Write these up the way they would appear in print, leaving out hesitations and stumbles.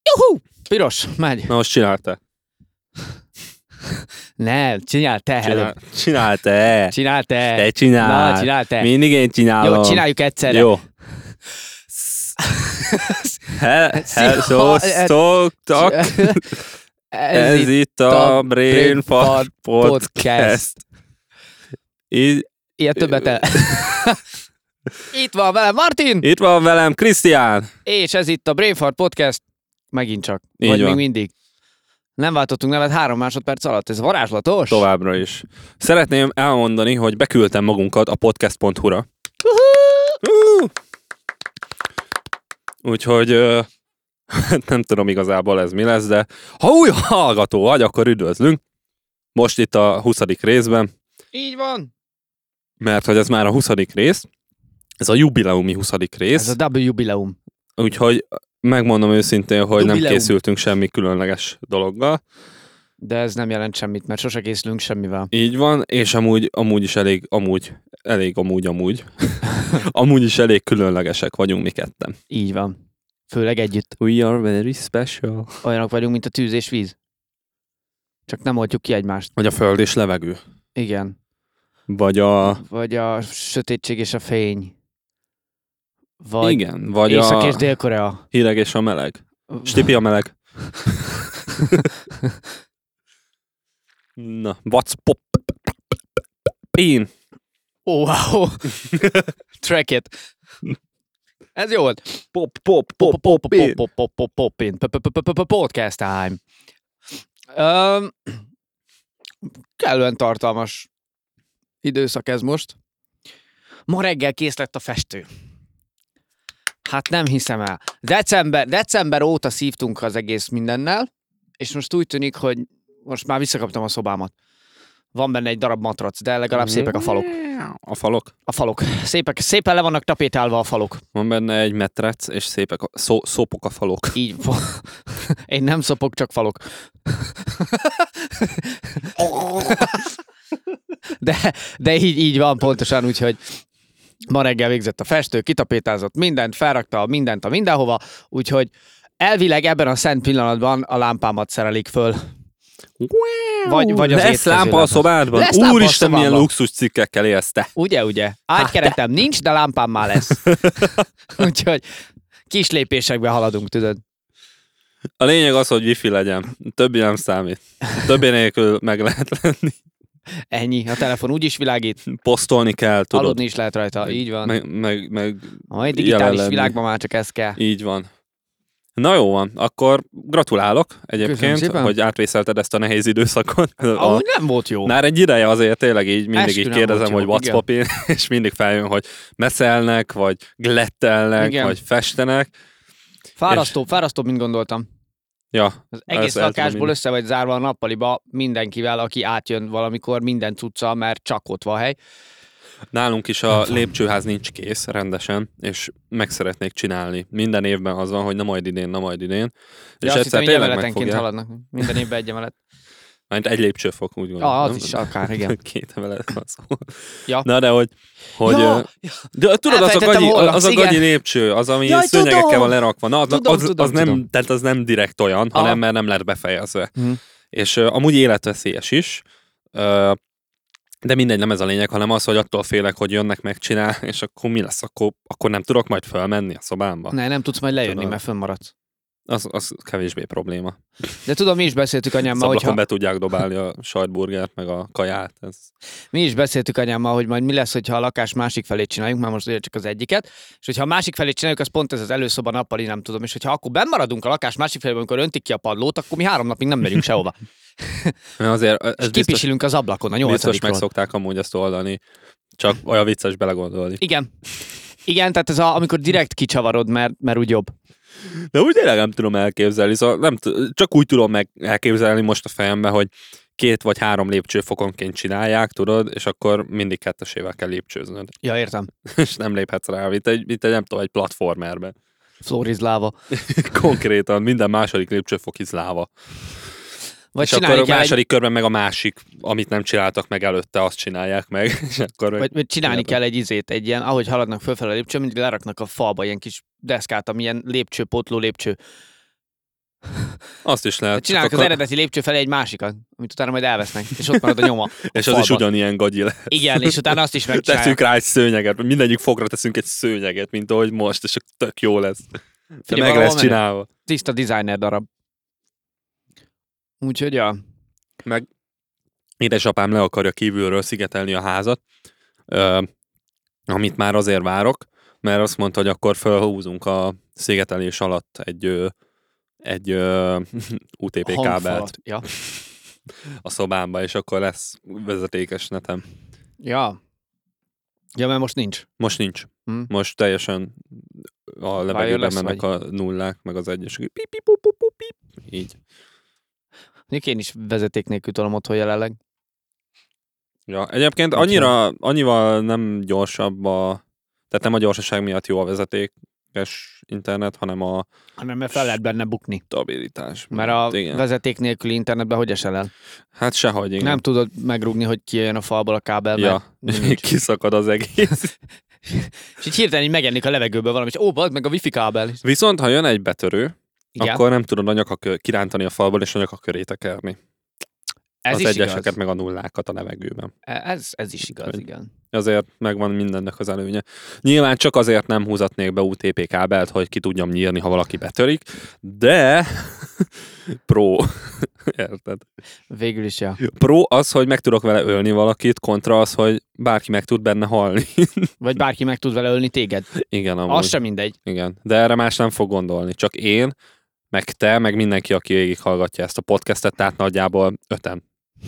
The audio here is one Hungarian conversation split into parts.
Juhú! Piros, megy. Na most csinálta. Ne, csinál te, hello. Csinál te. Csinál te. Te csinál. Na, csinál te. Mindig én csinálom. Jó, csináljuk egyszerre. Jó. Szoktak. Ez itt a Brain Fart Podcast. Ilyen többet el. Itt van velem Martin. Itt van velem Krisztián. És ez itt a Brain Fart Podcast. Megint csak. Így vagy van. még mindig. Nem váltottunk nevet 3 másodperc alatt. Ez varázslatos. Továbbra is. Szeretném elmondani, hogy beküldtem magunkat a podcast.hu-ra. Úgyhogy nem tudom igazából ez mi lesz, de ha új hallgató vagy, akkor üdvözlünk. Most itt a 20. részben. Így van. Mert hogy ez már a 20. rész. Ez a jubileumi 20. rész. Ez a double jubileum. Úgyhogy megmondom őszintén, hogy Jubileum. nem készültünk semmi különleges dologgal. De ez nem jelent semmit, mert sose készülünk semmivel. Így van, és amúgy is elég amúgy is elég különlegesek vagyunk mi ketten. Így van. Főleg együtt. We are very special. Olyanok vagyunk, mint a tűz és víz. Csak nem oltjuk ki egymást. Vagy a föld és levegő. Igen. Vagy a sötétség és a fény. Vagy igen, vagy Észak a és Dél-Korea. hideg és a meleg. Stipi a meleg. Na, what's pop? Én. Oh, wow. Track it. Ez jó volt. Podcast time. Kellően tartalmas időszak ez most. Ma reggel kész lett a festő. Hát nem hiszem el. December óta szívtunk az egész mindennel, és most úgy tűnik, hogy most már visszakaptam a szobámat. Van benne egy darab matrac, de legalább szépek a falok. A falok? A falok. Szépen le vannak tapétálva a falok. Van benne egy metrec, és szépek szopok a falok. Így van. Én nem szopok, csak falok. De így van pontosan, úgyhogy ma reggel végzett a festő, kitapétázott mindent, felrakta mindent a mindenhova, úgyhogy elvileg ebben a szent pillanatban a lámpámat szerelik föl. Vagy az lesz lámpa a szobádban? Úristen, milyen luxus cikkekkel élsz te. Ugye? Ágykeretem nincs, de lámpám már lesz. Úgyhogy kis lépésekben haladunk, tudod. A lényeg az, hogy wifi legyen. Többi nem számít. Többi nélkül meg lehet lenni. Ennyi. A telefon úgyis világít. Posztolni kell, tudod. Aludni is lehet rajta. Így van. Meg A digitális világban már csak ez kell. így van. Na jó van, akkor gratulálok egyébként, hogy átvészelted ezt a nehéz időszakot. Ahogy nem volt jó. Már egy ideje azért tényleg így mindig így kérdezem, hogy what's poppin, és mindig feljön, hogy meszelnek, vagy glettelnek, igen. vagy festenek. Fárasztóbb, mint gondoltam. Ja, az egész lakásból össze vagy zárva a nappaliba mindenkivel, aki átjön valamikor minden cuccal, mert csak ott van hely. Nálunk is a lépcsőház nincs kész rendesen, és meg szeretnék csinálni. Minden évben az van, hogy na majd idén. És egyszer tényleg megfogják. Haladnak. Minden évben egy emelet. Mert egy lépcsőfok, úgy gondolom. Az is akár, igen. 2 emelet van szó. Ja. Na de hogy de tudod, az a gagyi lépcső, az, ami szőnyegekkel van lerakva. Na, tudom. Tehát az nem direkt olyan, hanem mert nem lett befejezve. És amúgy életveszélyes is. De mindegy, nem ez a lényeg, hanem az, hogy attól félek, hogy jönnek megcsinál, és akkor mi lesz? Akkor nem tudok majd felmenni a szobámba? Nem tudsz majd lejönni, mert fönnmaradsz. Az kevésbé probléma. De tudom, mi is beszéltük anyámmal, hogyha be tudják dobálni a sajtburgert, meg a kaját. Mi is beszéltük anyámmal, hogy majd mi lesz, hogyha a lakás másik felét csináljuk, már most ugye csak az egyiket, és hogyha a másik felét csináljuk, az pont ez az előszoba nappali, nem tudom, és hogyha akkor benn maradunk a lakás másik felében, amikor öntik ki a padlót, akkor mi 3 napig nem megyünk sehova. Azért ez kipisilünk az ablakon a 8-ról. Biztos meg szokták amúgy ezt oldani, csak olyan vicces belegondolni. Igen, tehát ez amikor direkt kicsavarod, mert úgy jobb. De úgy tényleg nem tudom elképzelni, szóval csak úgy tudom elképzelni most a fejembe, hogy 2 vagy 3 lépcsőfokonként csinálják, tudod, és akkor mindig 2-esével kell lépcsőznöd. Ja, értem. És nem léphetsz rá, mint egy nem tudom, egy platformerben. Floor is láva. Konkrétan minden második lépcsőfok is láva. Vagy és akkor a második körben meg a másik, amit nem csináltak meg előtte, azt csinálják meg. És akkor vagy csinálni kell egy ilyen, ahogy haladnak fölfelé a lépcső, mindig leraknak a falba ilyen kis deszkát, amilyen lépcső, potló lépcső. Azt is lehet. Csinálnak az eredeti lépcső felé egy másikat, amit utána majd elvesznek, és ott marad a nyoma. És az is ugyanilyen gagyi lesz. Igen, és utána azt is megcsinálják. Teszünk rá egy szőnyeget, mindegyik fogra teszünk egy szőnyeget, mint ahogy most, és tök jó lesz. Meg lesz csinálva. Tiszta designer darab. Úgyhogy, ja. Meg édesapám le akarja kívülről szigetelni a házat, amit már azért várok, mert azt mondta, hogy akkor felhúzunk a szigetelés alatt egy UTP kábelt a szobámba, és akkor lesz vezetékes netem. Ja, mert most nincs. Most nincs. Most teljesen a levegőben mennek a nullák, meg az egyesek. Így. Én is vezeték nélkül tolom otthon jelenleg. Ja, egyébként annyival nem gyorsabb tehát nem a gyorsaság miatt jó a vezetékes internet, hanem mert fel lehet benne bukni. Stabilitás. Mert a vezeték nélküli internetben hogy esel el? Hát sehogy, igen. Nem tudod megrúgni, hogy kijön a falból a kábel. Ja, kiszakad az egész. És így hirtelen így megjelenik a levegőből valami, és bazd meg a wifi kábel. Viszont, ha jön egy betörő, igen, akkor nem tudod kirántani a falból, és a nyaka köré tekerni. Ez az is egyeseket, igaz. meg a nullákat a levegőben. Ez is igaz, igen. Azért megvan mindennek az előnye. Nyilván csak azért nem húzatnék be UTP kábelt, hogy ki tudjam nyírni, ha valaki betörik, de pro. Érted? Végül is, ja. Pro az, hogy meg tudok vele ölni valakit, kontra az, hogy bárki meg tud benne halni. Vagy bárki meg tud vele ölni téged. Igen, amúgy. Az sem mindegy. Igen, de erre más nem fog gondolni. Csak én, meg te, meg mindenki, aki végighallgatja ezt a podcastet, tehát nagyjából 5-en.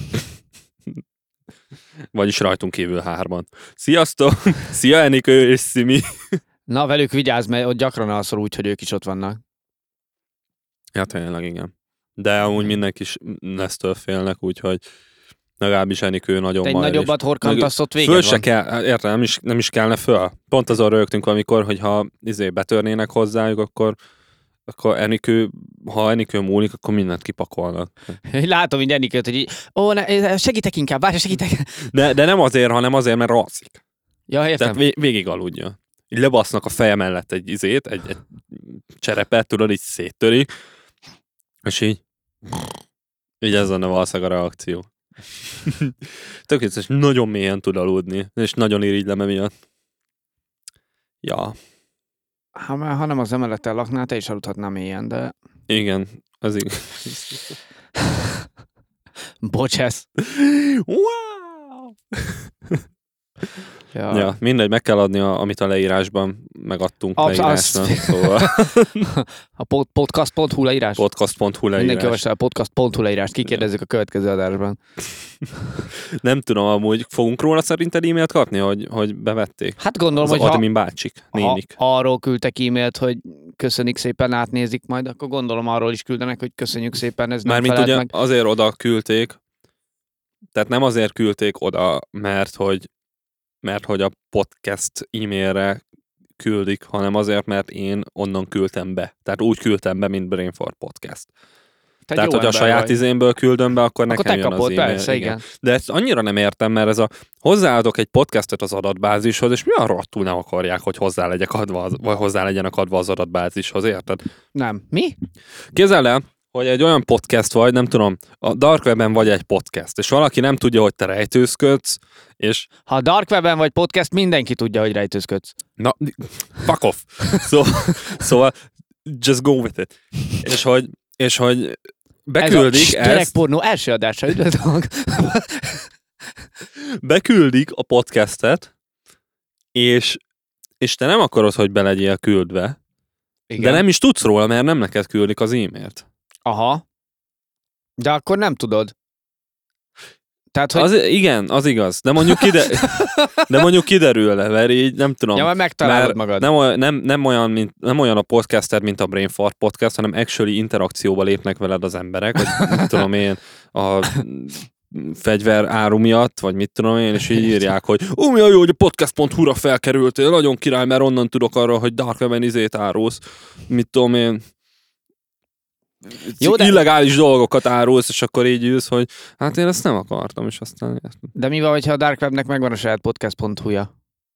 Vagyis rajtunk kívül 3-an. Sziasztok! Szia Enikő és Szimi! Na, velük vigyázz, mert ott gyakran alszol úgy, hogy ők is ott vannak. Ja, tényleg, igen. De amúgy mindenki is nesztől félnek, úgyhogy legalábbis Enikő nagyon egy nagyobbat horkantasz, ott véged föl van. Se kell, értem, nem is kellene föl. Pont azon rögtünk amikor, hogyha betörnének hozzájuk, akkor ha Enikő múlik, akkor mindent kipakolnak. Látom így Enikőt, hogy segítek inkább, várj, segítek. De nem azért, hanem azért, mert alszik. Ja, értem. Tehát végig aludja. Így lebasznak a feje mellett egy cserepet, tudod, így széttörik, és így ez lenne valószínűleg a reakció. Tökéletes, nagyon mélyen tud aludni, és nagyon irigylem emiatt. Ja. Ha nem az emelettel laknál, te is aludhatnál mélyen, de... Igen, az igaz. Bocsász. Wow! Ja, mindegy, meg kell adni, amit a leírásban megadtunk leírásnak. Szóval. A podcast.hu leírás? Podcast.hu leírás. Mindenki olvassa a podcast.hu leírást, kikérdezzük a következő adásban. Nem tudom, amúgy fogunk róla szerinted e-mailt kapni, hogy bevették? Hát gondolom, hogy admin bácsik, nénik. Ha arról küldtek e-mailt, hogy köszönjük szépen, átnézik majd, akkor gondolom arról is küldenek, hogy köszönjük szépen, ez nem felelt ugye meg. Azért oda küldték, tehát nem azért küldték oda, mert hogy a podcast e-mailre küldik, hanem azért, mert én onnan küldtem be. Tehát úgy küldtem be, mint Brainfart Podcast. Tehát, hogy a saját izénből küldöm be, akkor nekem jön az e-mail. Persze, igen. De ezt annyira nem értem, mert hozzáadok egy podcastot az adatbázishoz, és mi arra rohadtul nem akarják, hogy hozzá legyenek adva az adatbázishoz, érted? Nem. Mi? Képzeld el, hogy egy olyan podcast vagy, nem tudom, a Dark Webben vagy egy podcast, és valaki nem tudja, hogy te rejtőzködsz, és... Ha a Dark Webben vagy podcast, mindenki tudja, hogy rejtőzködsz. Na, fuck off! Szóval, just go with it. És hogy beküldik ezt... Gyerekpornó első adása, üdvözlök! Beküldik a podcastet, és te nem akarod, hogy be legyél küldve, igen. De nem is tudsz róla, mert nem neked küldik az e-mailt. Aha. De akkor nem tudod. Tehát, hogy... Igen, az igaz. De mondjuk kiderül le, mert így nem tudom. Ja, mert megtalálod magad. Nem olyan a podcaster, mint a Brainfart Podcast, hanem actually interakcióba lépnek veled az emberek, vagy nem tudom én, a fegyver áru miatt, vagy mit tudom én, és így írják, hogy milyen jó, hogy a podcast.hu-ra felkerültél, nagyon király, mert onnan tudok arra, hogy Dark Web-en izét árulsz, mit tudom én, jó, illegális dolgokat árulsz, és akkor így ülsz, hogy hát én ezt nem akartam, és aztán... De mi van, hogyha a Dark Webnek megvan a saját podcast.hu-ja?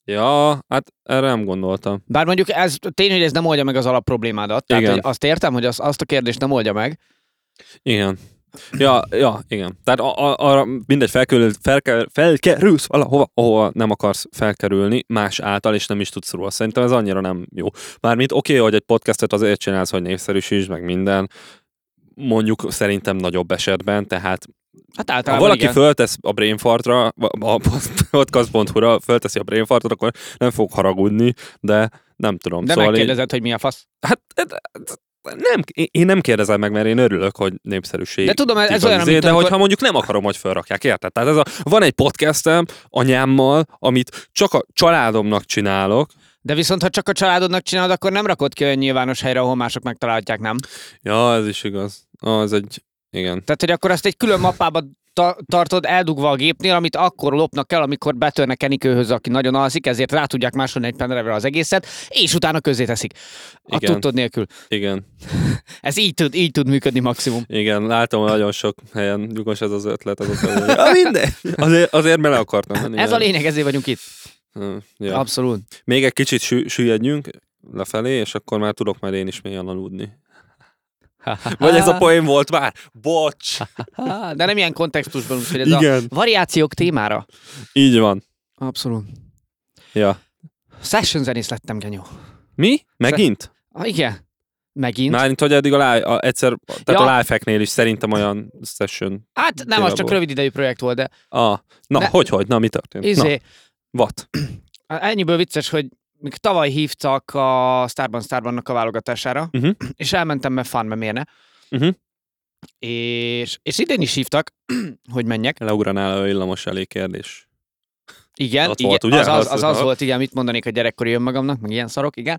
Ja, hát erre nem gondoltam. Bár mondjuk ez tény, hogy ez nem oldja meg az alapproblémádat. Tehát hogy azt értem, hogy azt a kérdést nem oldja meg. Igen. Ja, igen. Tehát arra mindegy, felkerülsz valahova, ahova nem akarsz felkerülni más által, és nem is tudsz róla. Szerintem ez annyira nem jó. Mármint oké, hogy egy podcastet azért csinálsz, hogy népszerűsítsd, meg minden. Mondjuk szerintem nagyobb esetben, tehát hát ha valaki igen. föltesz a Brainfartra, a podcast.hu-ra fölteszi a Brainfartot, akkor nem fog haragudni, de nem tudom. De szóval megkérdezed, hogy mi a fasz? Hát nem, én nem kérdezem meg, mert én örülök, hogy népszerűség. De tudom, ez olyan, amit de hogyha mondjuk nem akarom, hogy felrakják, érted? Tehát van egy podcastem anyámmal, amit csak a családomnak csinálok. De viszont, ha csak a családodnak csinálod, akkor nem rakod ki olyan nyilvános helyre, ahol mások megtalálhatják, nem? Ja, ez is igaz. Ez egy... Igen. Tehát, hogy akkor azt egy külön mappába tartod eldugva a gépnél, amit akkor lopnak el, amikor betörnek Enikőhöz, aki nagyon alszik, ezért rá tudják másolni egy pendrive-re az egészet, és utána közzéteszik. A tudtod nélkül. Igen. Ez így tud működni maximum. Igen, látom nagyon sok helyen, nyugos ez az ötlet. Minden. Azért bele akartam menni. Ez a lényeg, ezért vagyunk itt. Ja. Abszolút. Még egy kicsit süllyedjünk lefelé, és akkor már tudok majd én is mélyen aludni. Vagy ez a poén volt már? Bocs! De nem ilyen kontextusban, úgyhogy ez igen. A variációk témára. Így van. Abszolút. Ja. Session zenész lettem, Genyó. Mi? Megint? Igen. Megint. Mármint, hogy eddig a Lifehacknél is szerintem olyan session. Hát nem, az csak rövid idejű projekt volt, de... Hogy? Na, mi történt? What? Ennyiből vicces, hogy még tavaly hívtak a Starbannak a válogatására, és elmentem, mert miért ne. És idén is hívtak, hogy menjek. Leugranál a villamos elé kérdés. Igen, igen volt, ugye? Az volt, igen, mit mondanék a gyerekkori önmagamnak, meg ilyen szarok, igen.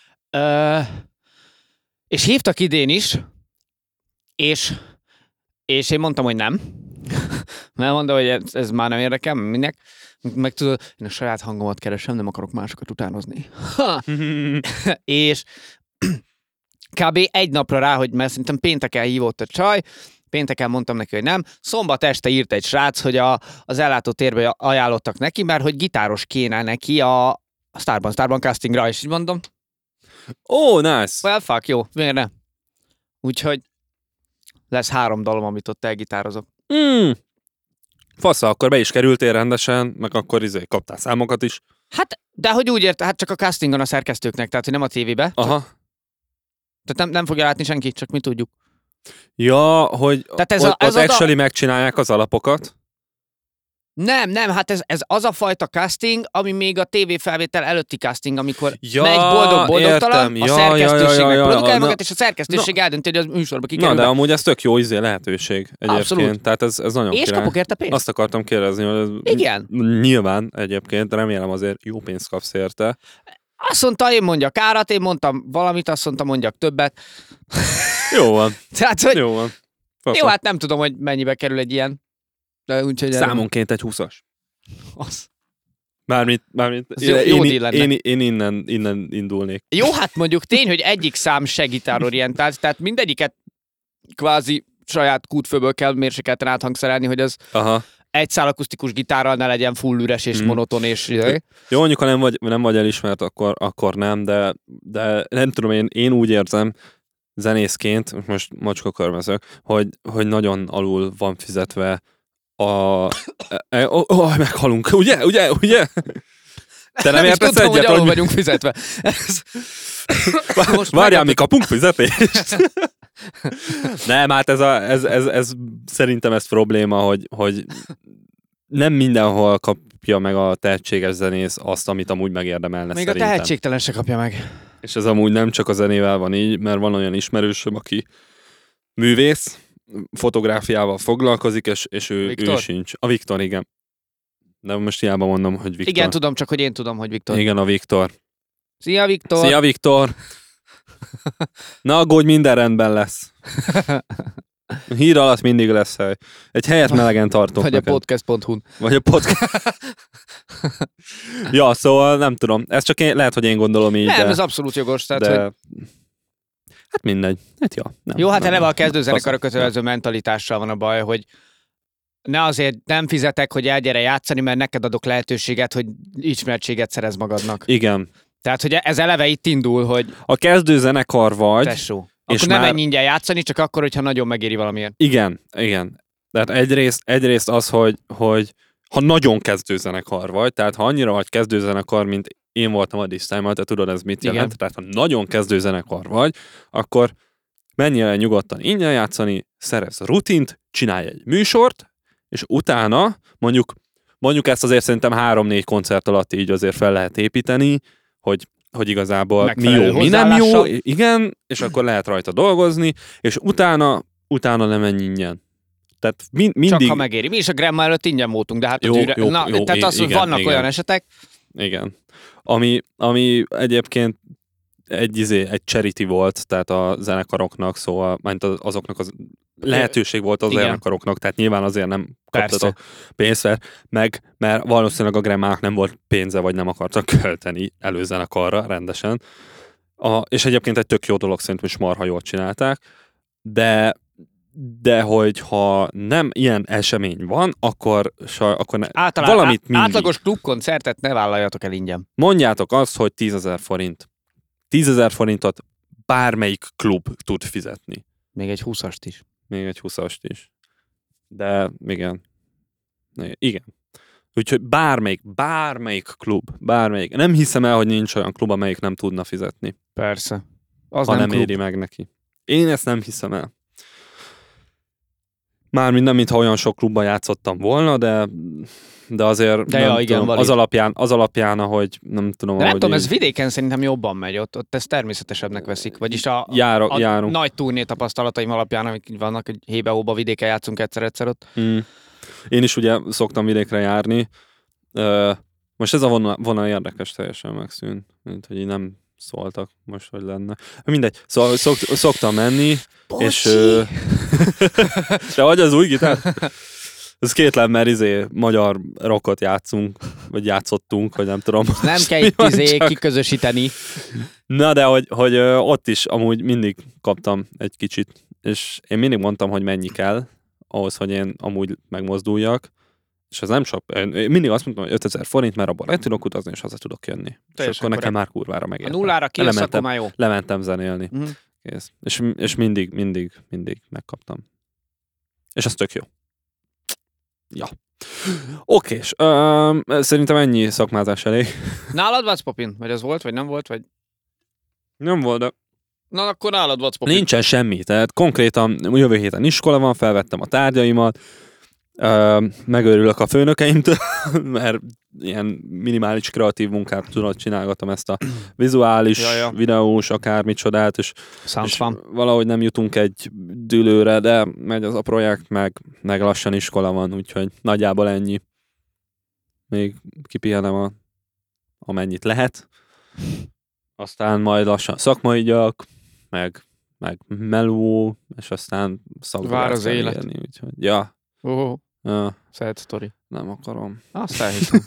És hívtak idén is, és én mondtam, hogy nem. Mert mondta, hogy ez már nem érdekel, minek. Meg tudod, én a saját hangomat keresem, nem akarok másokat utánozni. És kb. Egy napra rá, hogy mert szerintem pénteken hívott a csaj, pénteken mondtam neki, hogy nem. Szombat este írt egy srác, hogy az ellátótérbe ajánlottak neki, mert hogy gitáros kéne neki a Starban castingra, és így mondom. Nice. Well, fuck, jó, miért ne? Úgyhogy lesz 3 dalom, amit ott elgitározok. Fasza, akkor be is kerültél rendesen, meg akkor kaptál számokat is. Hát, de hogy úgy ért, hát csak a castingon a szerkesztőknek, tehát hogy nem a tévébe. Aha. Tehát nem fogja látni senki, csak mi tudjuk. Ja, hogy tehát ez actually megcsinálják az alapokat. Nem, hát ez az a fajta casting, ami még a tévéfelvétel előtti casting, amikor megy boldog-boldogtalan, a szerkesztőség megprodukálja magát, és a szerkesztőség eldönti, hogy az műsorba kikerül. Na, de amúgy ez tök jó lehetőség egyébként. Abszolút. Tehát ez nagyon és király. Kapok érte pénzt. Azt akartam kérdezni, hogy igen. Nyilván egyébként, remélem azért jó pénzt kapsz érte. Azt mondta, én mondjak árat, én mondtam valamit, azt mondta, mondjak többet. Jó van. Tehát, hogy jó van. Jó, hát nem tudom, hogy mennyibe kerül egy ilyen. De úgyhogy számonként egy 20-as. Az. Mármint én innen indulnék. Jó, hát mondjuk tény, hogy egyik szám se gitárorientált, tehát mindegyiket kvázi saját kútfőből kell mérsékelten áthangszerelni, hogy az egy szál akusztikus gitárral ne legyen full üres és monoton és... Jó, mondjuk, ha nem vagy elismert, akkor nem, de nem tudom, én úgy érzem, zenészként, most macskakörmezök, hogy nagyon alul van fizetve meghalunk, ugye? Te nem értesz egyet, hogy alul vagyunk fizetve. Várjál, mi kapunk fizetést? Nem, hát ez szerintem ez probléma, hogy nem mindenhol kapja meg a tehetséges zenész azt, amit amúgy megérdemelne. Még szerintem. A tehetségtelen se kapja meg. És ez amúgy nem csak a zenével van így, mert van olyan ismerősöm, aki művész, fotográfiával foglalkozik, és ő sincs. A Viktor, igen. De most hiába mondom, hogy Viktor. Igen, tudom, csak hogy én tudom, hogy Viktor. Igen, a Viktor. Szia, Viktor! Szia, Viktor! Na, aggódj, minden rendben lesz. Hír alatt mindig lesz hely. Egy helyet melegen tartok Vagy neked. A podcast.hu-n. Vagy a podcast. Ja, szóval nem tudom. Ez csak lehet, hogy én gondolom így. Nem, ez abszolút jogos. Tehát, de... hogy... Hát mindegy. Hát ja. Jó, hát eleve a kezdőzenekar kötelező mentalitással van a baj, hogy ne azért nem fizetek, hogy elgyere játszani, mert neked adok lehetőséget, hogy ismertséget szerez magadnak. Igen. Tehát, hogy ez eleve itt indul, hogy... A kezdőzenekar vagy... Tesó. Akkor nem menj ingyen játszani, csak akkor, hogyha nagyon megéri valamiért. Igen. Tehát egyrészt az, hogy ha nagyon kezdőzenekar vagy, tehát ha annyira vagy kezdőzenekar, mint én voltam a This Time-mal, te tudod, ez mit jelent, tehát ha nagyon kezdőzenekar vagy, akkor menj el nyugodtan ingyen játszani, szerezz rutint, csinálj egy műsort, és utána mondjuk ezt azért szerintem 3-4 koncert alatt így azért fel lehet építeni, hogy igazából megfelelő mi jó, mi nem jó, igen, és akkor lehet rajta dolgozni, és utána lemenj ingyen. Tehát mindig... Csak ha megéri. Mi is a Grandma előtt ingyen voltunk, de hát jó, tehát az, hogy vannak olyan esetek. Igen. Ami egyébként egy charity volt, tehát a zenekaroknak, szóval azoknak az lehetőség volt az zenekaroknak, tehát nyilván azért nem kaptatok pénzt, mert valószínűleg a Grandmának nem volt pénze, vagy nem akartak költeni előzenekarra rendesen. És egyébként egy tök jó dolog, szerintem is marha jól csinálták, de hogyha nem ilyen esemény van, akkor valamit mindig... Átlagos klubkoncertet ne vállaljatok el ingyen. Mondjátok azt, hogy 10 000 forint. 10 000 forintot bármelyik klub tud fizetni. Még egy 20-ast is. Még egy 20-ast is. De igen. Igen. Úgyhogy bármelyik klub, nem hiszem el, hogy nincs olyan klub, amelyik nem tudna fizetni. Persze. Az ha nem éri meg neki. Én ezt nem hiszem el. Mármint nem, mintha olyan sok klubban játszottam volna, de azért igen, az alapján, ahogy nem tudom. De nem tudom, ez vidéken szerintem jobban megy, ott ezt természetesebbnek veszik. Vagyis a nagy turné tapasztalataim alapján, amik vannak, hogy hébe-hóba vidéken játszunk egyszer-egyszer ott. Én is ugye szoktam vidékre járni. Most ez a vonal érdekes, teljesen megszűnt. Mint hogy így nem szóltak most, hogy lenne. Mindegy. Szóval szoktam menni, Bocsi. és... De vagy az új gitár? Ez kétlem, mert magyar rockot játszunk, vagy játszottunk, vagy nem tudom. Nem kell itt kiközösíteni. Na, de hogy ott is amúgy mindig kaptam egy kicsit, és én mindig mondtam, hogy mennyi kell ahhoz, hogy én amúgy megmozduljak, és ez nem sok. Én mindig azt mondtam, hogy 5000 forint, mert abban le tudok utazni, és haza tudok jönni. És akkor nekem már kurvára megérte. A nullára kész, akkor már jó. Lementem zenélni. Kész. És mindig megkaptam. És ez tök jó. Ja. Okés. Szerintem ennyi szakmázás elég. Nálad Vacpopin? Vagy az volt, vagy nem volt, vagy... Nem volt, de... Na, akkor nálad Vacpopin. Nincsen semmi. Tehát konkrétan jövő héten iskola van, felvettem a tárgyaimat, megőrülök a főnökeimtől, mert ilyen minimális kreatív munkát tudod, csinálgatom ezt a vizuális, videós, akármicsodát, és valahogy nem jutunk egy dűlőre, de megy az a projekt, meg lassan iskola van, úgyhogy nagyjából ennyi. Még kipihenem amennyit lehet. Aztán majd lassan szakmai gyak, meg meló, és aztán vár az élet. Érni, úgyhogy ja. Sad story. Nem akarom. Azt elhiszem.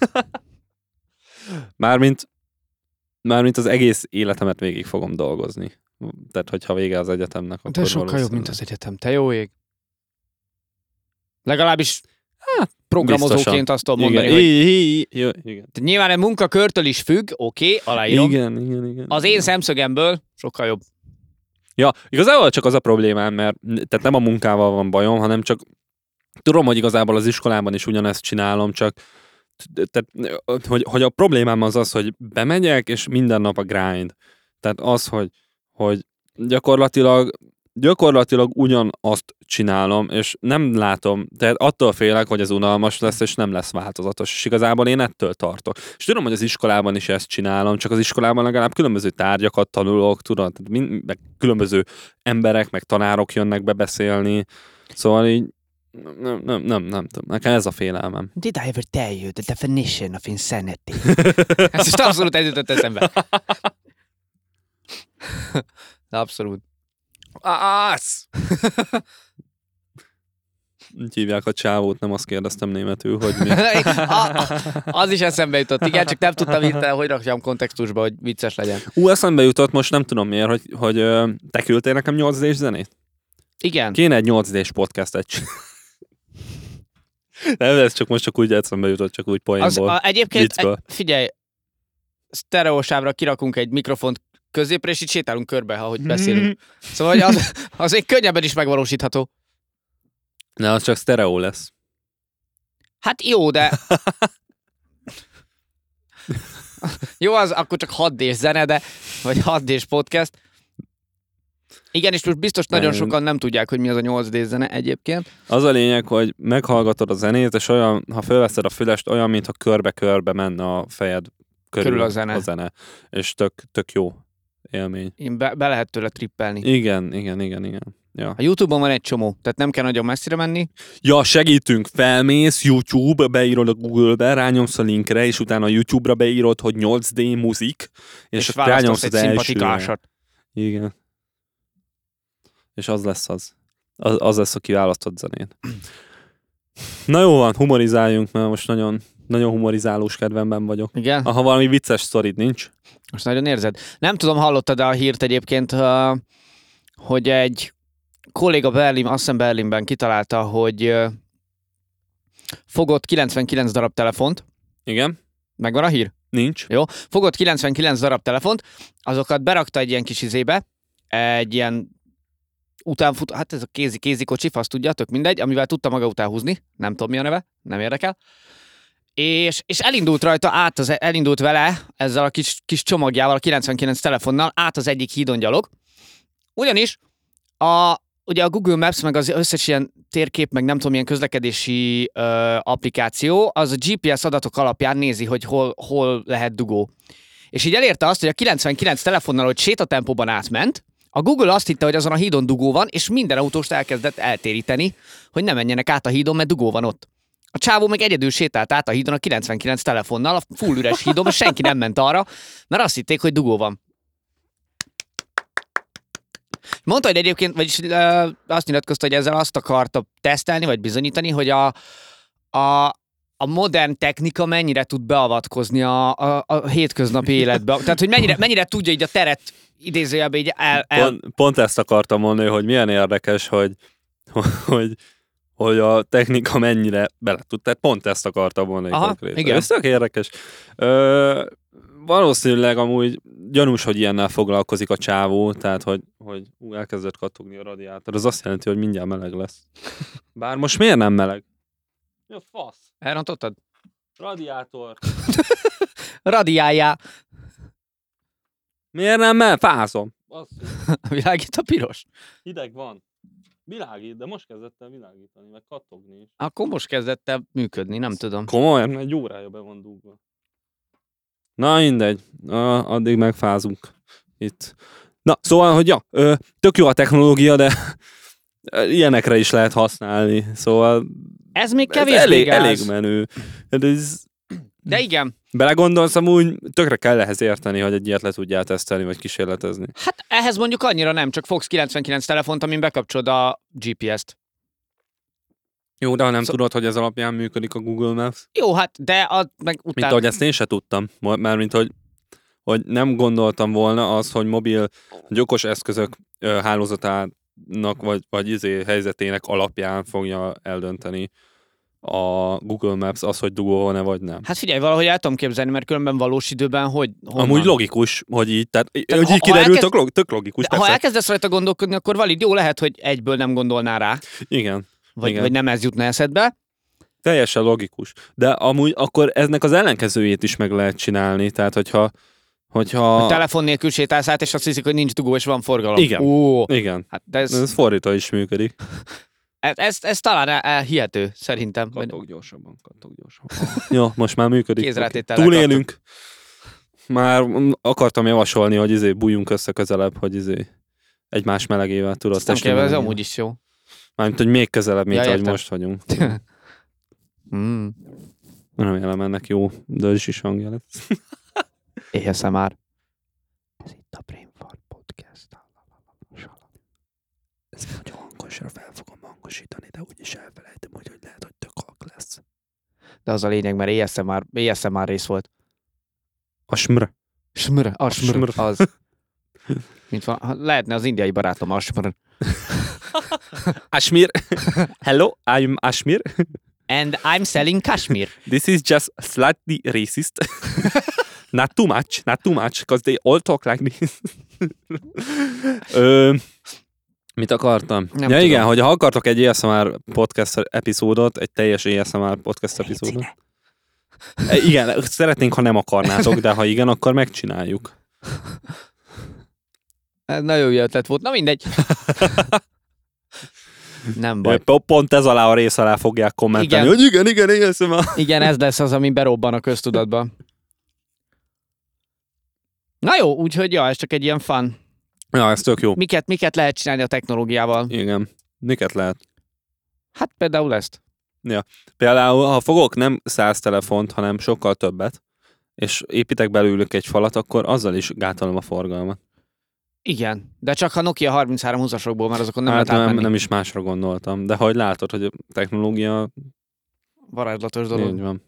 Mármint az egész életemet végig fogom dolgozni. Tehát, hogyha vége az egyetemnek, akkor de sokkal jobb, mint az egyetem. Te jó ég. Legalábbis programozóként azt tudom mondani, igen. Nyilván egy munkakörtől is függ, oké, aláírom. Igen. Az én szemszögemből sokkal jobb. Ja, igazából csak az a problémám, mert tehát nem a munkával van bajom, hanem csak tudom, hogy igazából az iskolában is ugyanezt csinálom, csak tehát, hogy a problémám az, hogy bemegyek, és minden nap a grind. Tehát az, hogy gyakorlatilag ugyanazt csinálom, és nem látom, tehát attól félek, hogy ez unalmas lesz, és nem lesz változatos. És igazából én ettől tartok. És tudom, hogy az iskolában is ezt csinálom, csak az iskolában legalább különböző tárgyakat tanulok, tudod, meg különböző emberek, meg tanárok jönnek be beszélni. Szóval így nem tudom. Nekem ez a félelmem. Did I ever tell you the definition of insanity? Ez most abszolút ez jutott eszembe. Abszolút. Úgy hívják a csávót, nem azt kérdeztem németül, hogy mi. Az is eszembe jutott. Igen, csak nem tudtam hirtelen, hogy rakjam kontextusba, hogy vicces legyen. Eszembe jutott, most nem tudom miért, hogy te küldtél nekem 8D-s zenét? Igen. Kéne egy 8D-s podcastet. Nem, ez csak most csak úgy eszembe jutott, csak úgy poénból. Egyébként, viccből. Figyelj, sztereósávra kirakunk egy mikrofont középre, és itt sétálunk körbe, ahogy beszélünk. Szóval az egy könnyebben is megvalósítható. Ne, az csak sztereó lesz. Hát jó, de... Jó, az akkor csak 6D-s zene, de... Vagy 6D-s podcast. Igen, és most biztos nagyon sokan nem tudják, hogy mi az a 8D zene egyébként. Az a lényeg, hogy meghallgatod a zenét, és olyan, ha fölveszed a fülest, olyan, mintha körbe-körbe menne a fejed körül a zene. És tök jó élmény. Be lehet tőle trippelni. Igen. Ja. A YouTube-on van egy csomó, tehát nem kell nagyon messzire menni. Ja, segítünk, felmész YouTube, beírod a Google-be, rányomsz a linkre, és utána a YouTube-ra beírod, hogy 8D muzik, és rányomsz az elsőre. Igen. És az lesz az lesz a kiválasztott zenén. Na jó van, humorizáljunk, mert most nagyon humorizálós kedvemben vagyok. Igen? Ha valami vicces sztorid nincs. Most nagyon érzed. Nem tudom, hallottad-e a hírt egyébként, hogy egy kolléga azt hiszem Berlinben kitalálta, hogy fogott 99 darab telefont. Igen? Megvan a hír? Nincs. Jó. Fogott 99 darab telefont, azokat berakta egy ilyen kis izébe, egy ilyen utánfutó, hát ez a kézikocsi, azt tudjátok, mindegy, amivel tudta maga után húzni, nem tudom mi a neve, nem érdekel. És elindult rajta, elindult vele ezzel a kis csomagjával, a 99 telefonnal át az egyik hídon gyalog. Ugyanis ugye a Google Maps, meg az összes ilyen térkép, meg nem tudom, ilyen közlekedési applikáció, az a GPS adatok alapján nézi, hogy hol lehet dugó. És így elérte azt, hogy a 99 telefonnal, hogy sétatempóban átment, a Google azt hitte, hogy azon a hídon dugó van, és minden autóst elkezdett eltéríteni, hogy ne menjenek át a hídon, mert dugó van ott. A csávó meg egyedül sétált át a hídon a 99 telefonnal, a full üres hídon, és senki nem ment arra, mert azt hitték, hogy dugó van. Mondta, hogy egyébként, vagyis azt nyilatkozta, hogy ezzel azt akarta tesztelni, vagy bizonyítani, hogy a modern technika mennyire tud beavatkozni a hétköznapi életbe. Tehát, hogy mennyire tudja így a teret idézőjelben így Pont ezt akartam mondani, hogy milyen érdekes, hogy a technika mennyire bele tud. Tehát pont ezt akartam mondani. Aha, igen. Ez tök érdekes. Valószínűleg amúgy gyanús, hogy ilyennel foglalkozik a csávó, tehát hogy elkezdett kattogni a radiátor. Az azt jelenti, hogy mindjárt meleg lesz. Bár most miért nem meleg? Mi a fasz? Elrontottad? Radiátor. Radiáljá. Miért nem meleg? Fázom. Világít a piros. Hideg van. Világít, de most kezdett el világítani, meg kattogni is. Akkor most kezdett el működni, nem tudom. Komolyan, egy órája be van dugva. Na mindegy, addig megfázunk itt. Na, szóval, hogy ja, tök jó a technológia, de ilyenekre is lehet használni, szóval... Ez még kevésbé elég menő. De igen. Belegondolsz, amúgy tökre kell ehhez érteni, hogy egy ilyet le tudjál tesztelni, vagy kísérletezni. Hát ehhez mondjuk annyira nem, csak fogsz 99 telefont, amin bekapcsolod a GPS-t. Jó, de ha nem tudod, hogy ez alapján működik a Google Maps. Jó, hát de meg utána... Mint ahogy ezt én se tudtam, mármint, hogy nem gondoltam volna az, hogy okos eszközök hálózatának vagy helyzetének alapján fogja eldönteni a Google Maps az, hogy dugó van-e vagy nem. Hát figyelj, valahogy el tudom képzelni, mert különben valós időben honnan? Amúgy logikus, hogy így, tehát hogy így kiderült, tök logikus. Ha elkezdesz rajta gondolkodni, akkor valid, jó lehet, hogy egyből nem gondolnál rá. Igen. Vagy nem ez jutna eszedbe. Teljesen logikus. De amúgy akkor eznek az ellenkezőjét is meg lehet csinálni, tehát hogyha a telefon nélkül sétálsz át, és azt hiszik, hogy nincs dugó, és van forgalom. Igen. Igen. Hát ez fordítva is működik. Ez talán hihető, szerintem. Kattog gyorsabban. Jó, most már működik. Kézrátétellel túlélünk. Már akartam javasolni, hogy bújjunk össze közelebb, hogy egymás melegével tudod. Nem kell, ez amúgy is jó. Mármint, hogy még közelebb, mint ahogy most vagyunk. Remélem ennek jó dörzsis hangja lesz. Éheszem már. Ez itt a Brainfart Podcast. Ez nagyon hangosra fel fogom hangosítani, de úgyis elfelejtem, hogy lehet, hogy tök halk lesz. De az a lényeg, mert éjjeszem már rész volt. A smr. Smr. Az. Mint van, lehetne az indiai barátom, Ashmir. Ashmir. Hello, I'm Ashmir. And I'm selling Kashmir. This is just slightly racist. Not too much, because they all talk like this. Mit akartam? Nem tudom. Igen, hogy ha akartok egy ASMR podcast epizódot, egy teljes ASMR podcast epizódot. Igen, szeretnénk, ha nem akarnátok, de ha igen, akkor megcsináljuk. Ez nagyon jó ötlet volt. Na mindegy. Nem baj. Pont ez alá a rész alá fogják kommentelni, hogy igen, ASMR. Igen, ez lesz az, ami berobban a köztudatba. Na jó, úgyhogy ez csak egy ilyen fun. Ja, ez tök jó. Miket lehet csinálni a technológiával? Igen. Miket lehet? Hát például ezt. Ja. Például, ha fogok nem 100 telefont, hanem sokkal többet, és építek belőlük egy falat, akkor azzal is gátolom a forgalmat. Igen, de csak a Nokia 3320-asokból, mert azokon nem lehet átmenni. Nem is másra gondoltam, de hogy látod, hogy a technológia... Varázslatos dolog. Így van.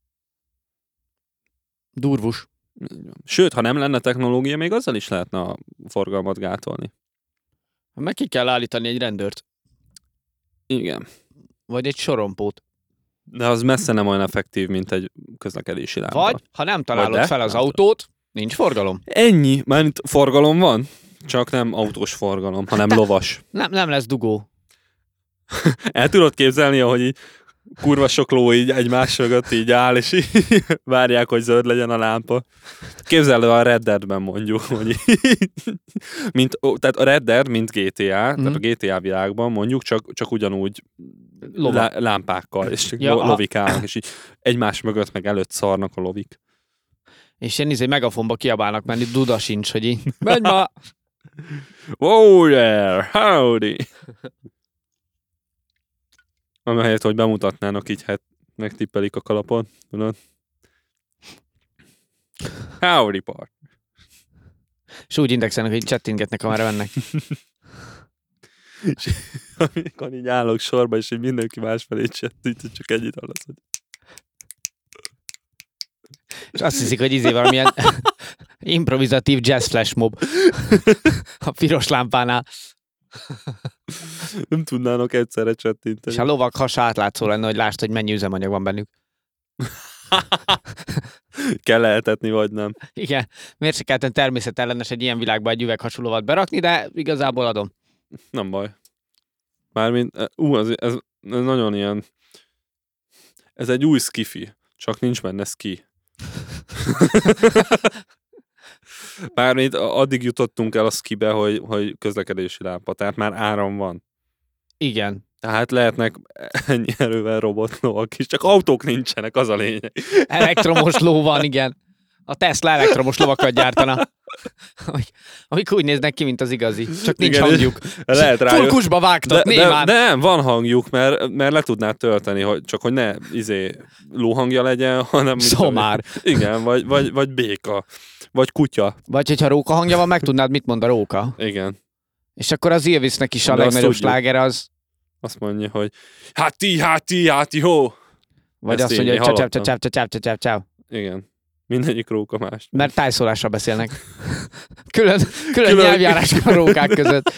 Durvus. Sőt, ha nem lenne technológia, még azzal is lehetne a forgalmat gátolni. Meg ki kell állítani egy rendőrt. Igen. Vagy egy sorompót. De az messze nem olyan effektív, mint egy közlekedési lámpa. Vagy, ha nem találod fel az autót, nincs forgalom. Ennyi. Mert forgalom van, csak nem autós forgalom, hanem lovas. Nem lesz dugó. El tudod képzelni, ahogy így kurva sok ló így egymás mögött így áll, és így várják, hogy zöld legyen a lámpa. Képzeld el a Red Deadben mondjuk, hogy tehát a Red Dead, mint GTA, tehát a GTA világban mondjuk csak ugyanúgy lámpákkal, és lovik állnak, és így egymás mögött meg előtt szarnak a lovik. És ilyen megafonba kiabálnak, mert itt duda sincs, hogy így menj ma! Oh yeah, howdy! Amelyet, hogy bemutatnának, így hát megtippelik a kalapot, tudod? Howdy part. És úgy indexelnek, hogy chattingetnek, amerre mennek. És amikor így állok sorba, és így mindenki másfelé chattint, csak ennyit hallasz, hogy... És azt hiszik, hogy valamilyen improvizatív jazz flash mob a piros lámpánál. Nem tudnának egyszerre csattintani. És a lovak hasa átlátszó lenne, hogy lásd, hogy mennyi üzemanyag van bennük. Kell lehetetni, vagy nem. Igen, mérsékelten természetellenes egy ilyen világban egy üveghasú lovat berakni, de igazából adom. Nem baj. Mármint, ez nagyon ilyen... Ez egy új skifi, csak nincs benne ski. Mármint addig jutottunk el a skibe, hogy közlekedési lámpa, tehát már áram van. Igen. Tehát lehetnek ennyi erővel robotlovak is, csak autók nincsenek, az a lényeg. Elektromos ló van, igen. A Tesla elektromos lovakat gyártana. Amik úgy néznek ki, mint az igazi. Csak nincs igen, hangjuk. Lehet rájön. Fulkusba vágtat, de nem, van hangjuk, mert le tudnád tölteni, csak hogy ne lóhangja legyen, hanem... Szomár. Igen, vagy béka. Vagy kutya. Vagy hogyha róka hangja van, meg tudnád, mit mond a róka. Igen. És akkor az Ilvisnek is a legnagyobb sláger az... Azt mondja, hogy háti, ho! Vagy azt mondja, hogy csáv. Igen. Mindegyik róka más. Mert tájszólásra beszélnek. Külön nyelvjárás a rókák között.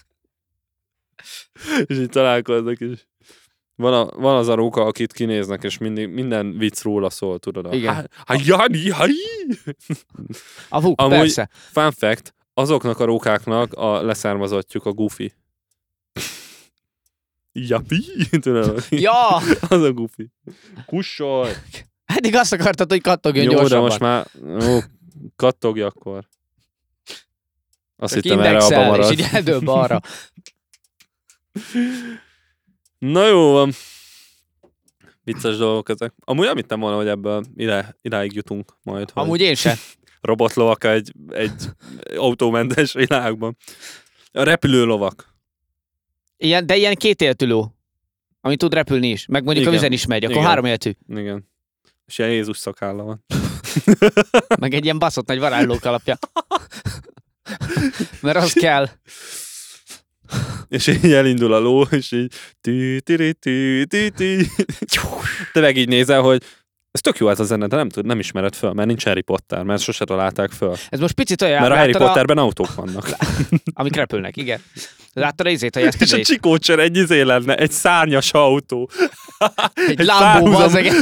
És így találkoznak is. Van az a róka, akit kinéznek, és minden vicc róla szól, tudod? Igen. Jani. A vuk, amúgy, persze. Fun fact, azoknak a rókáknak a leszármazottjuk a Goofy. Japi? Tudod? Ja! Az a Goofy. Kussolj! Eddig azt akartad, hogy kattogjon jó, gyorsabban. De most már kattogj akkor. Azt hittem erre abba marad. És így eldől balra. Na jó van. Vicces dolgok ezek. Amúgy nem hittem volna, hogy ebből idáig jutunk majd. Amúgy én se. Robotlovak egy autómentes világban. A repülőlovak. De ilyen kétéltű ló. Ami tud repülni is. Meg mondjuk igen. A vizen is megy. Akkor 3 éltű. Igen. És ilyen Jézus szakálla van. Meg egy ilyen baszott nagy varázslók alapja. Mert az kell. És így elindul a ló, és így te meg így nézel, hogy ez tök jó ez a zene, de nem ismered föl, mert nincs Harry Potter, mert sose találták föl. Ez most picit olyan... Mert a Harry Potterben autók vannak. Amik repülnek, igen. Láttad a izét, a Yesterday? És a Csikócsor egy lenne, egy szárnyas autó. Egy Lambo,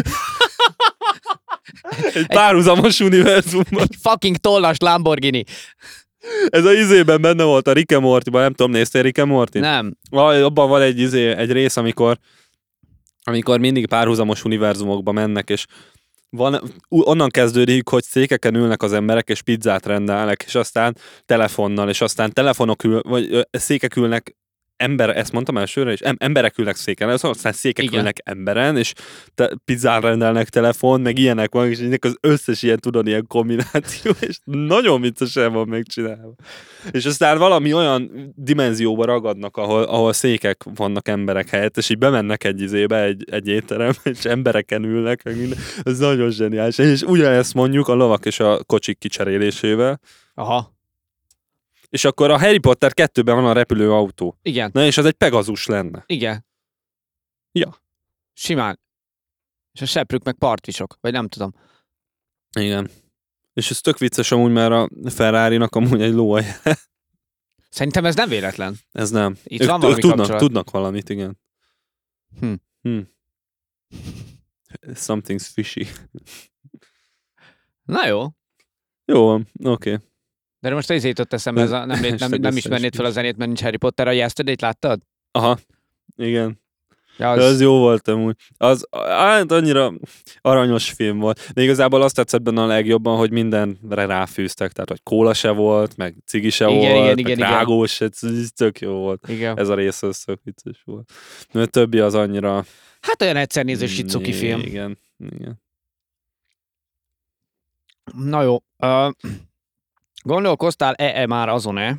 egy párhuzamos univerzumban. Egy fucking tollas Lamborghini. Ez a izében benne volt a Rick and Mortyban, nem tudom, néztél Rick and Morty? Nem. Abban van egy rész, amikor mindig párhuzamos univerzumokba mennek, és onnan kezdődik, hogy székeken ülnek az emberek, és pizzát rendelnek, és aztán telefonnal, és aztán vagy székek ülnek ezt mondtam elsőre, és emberek ülnek széken, aztán székek ülnek emberen, és pizzán rendelnek telefon, meg ilyenek van, és ennek az összes ilyen kombináció, és nagyon viccesen van megcsinálva. És aztán valami olyan dimenzióba ragadnak, ahol székek vannak emberek helyett, és így bemennek egy étterem, és embereken ülnek, meg minden. Ez nagyon zseniális. És ugyanezt mondjuk a lovak és a kocsik kicserélésével. Aha. És akkor a Harry Potter 2-ben van a repülőautó. Igen. Na és az egy Pegasus lenne. Igen. Ja. Simán. És a seprők meg partvisok, vagy nem tudom. Igen. És ez tök vicces amúgy, mert a Ferrari-nak amúgy egy lóaja. Szerintem ez nem véletlen. Ez nem. Itt van valami kapcsolat. Tudnak valamit, igen. Something's fishy. Na jó. Jó, oké. De most ez jutott eszembe, nem ismernéd fel a zenét, mert nincs Harry Potter. A Yesterday-t láttad? Aha, igen. Ja, az jó volt amúgy. Az annyira aranyos film volt. De igazából azt tetszett benne a legjobban, hogy mindenre ráfűztek. Tehát, hogy kóla se volt, meg cigi se volt, meg rágós se. Ez tök jó volt. Igen. Ez a rész az tök vicces volt. Mert többi az annyira... Hát olyan egyszer néző shizuki film. Igen. Na jó. Gondolkoztál-e már azon-e,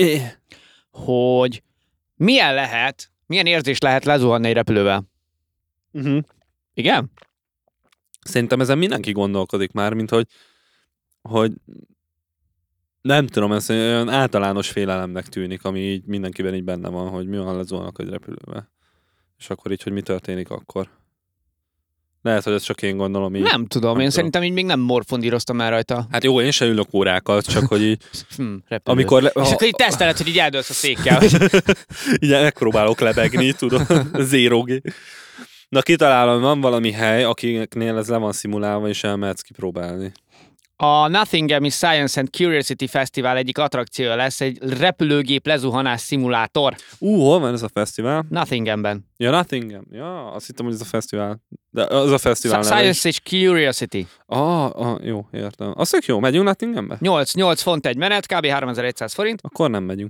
hogy milyen érzés lehet lezuhanni egy repülővel? Igen? Szerintem ezen mindenki gondolkodik már, mint hogy nem tudom, ez olyan általános félelemnek tűnik, ami így mindenkiben így benne van, hogy mi van lezuhannak egy repülővel. És akkor így, hogy mi történik akkor. Lehet, hogy ezt csak én gondolom így. Nem tudom, én szerintem így még nem morfondíroztam el rajta. Hát jó, én se ülök órákat, csak hogy így... amikor és akkor így teszteled, hogy így eldőlsz a székkel. így megpróbálok lebegni, tudom, zérógé. Na kitalálom, van valami hely, akiknél ez le van szimulálva, és elmehetsz kipróbálni. A Nottingham Science and Curiosity Festival egyik attrakciója lesz egy repülőgép lezuhanás szimulátor. Hol van ez a fesztivál? Nottinghamben. Ja, Nottingham. Ja, azt hittem, hogy ez a fesztivál. De az a fesztivál Science and Curiosity. Jó, értem. Az tök jó, megyünk Nottinghambe? 8 font egy menet, kb. 3100 forint. Akkor nem megyünk.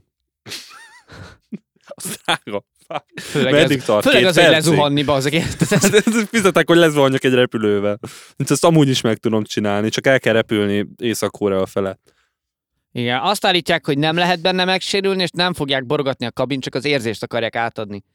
Az drága. Főleg az, hogy lezuhanni, bazzak. Fizetek, hogy lezuhanjak egy repülővel. Ezt amúgy is meg tudom csinálni, csak el kell repülni Észak-Korea felett. Igen, azt állítják, hogy nem lehet benne megsérülni, és nem fogják borogatni a kabin, csak az érzést akarják átadni.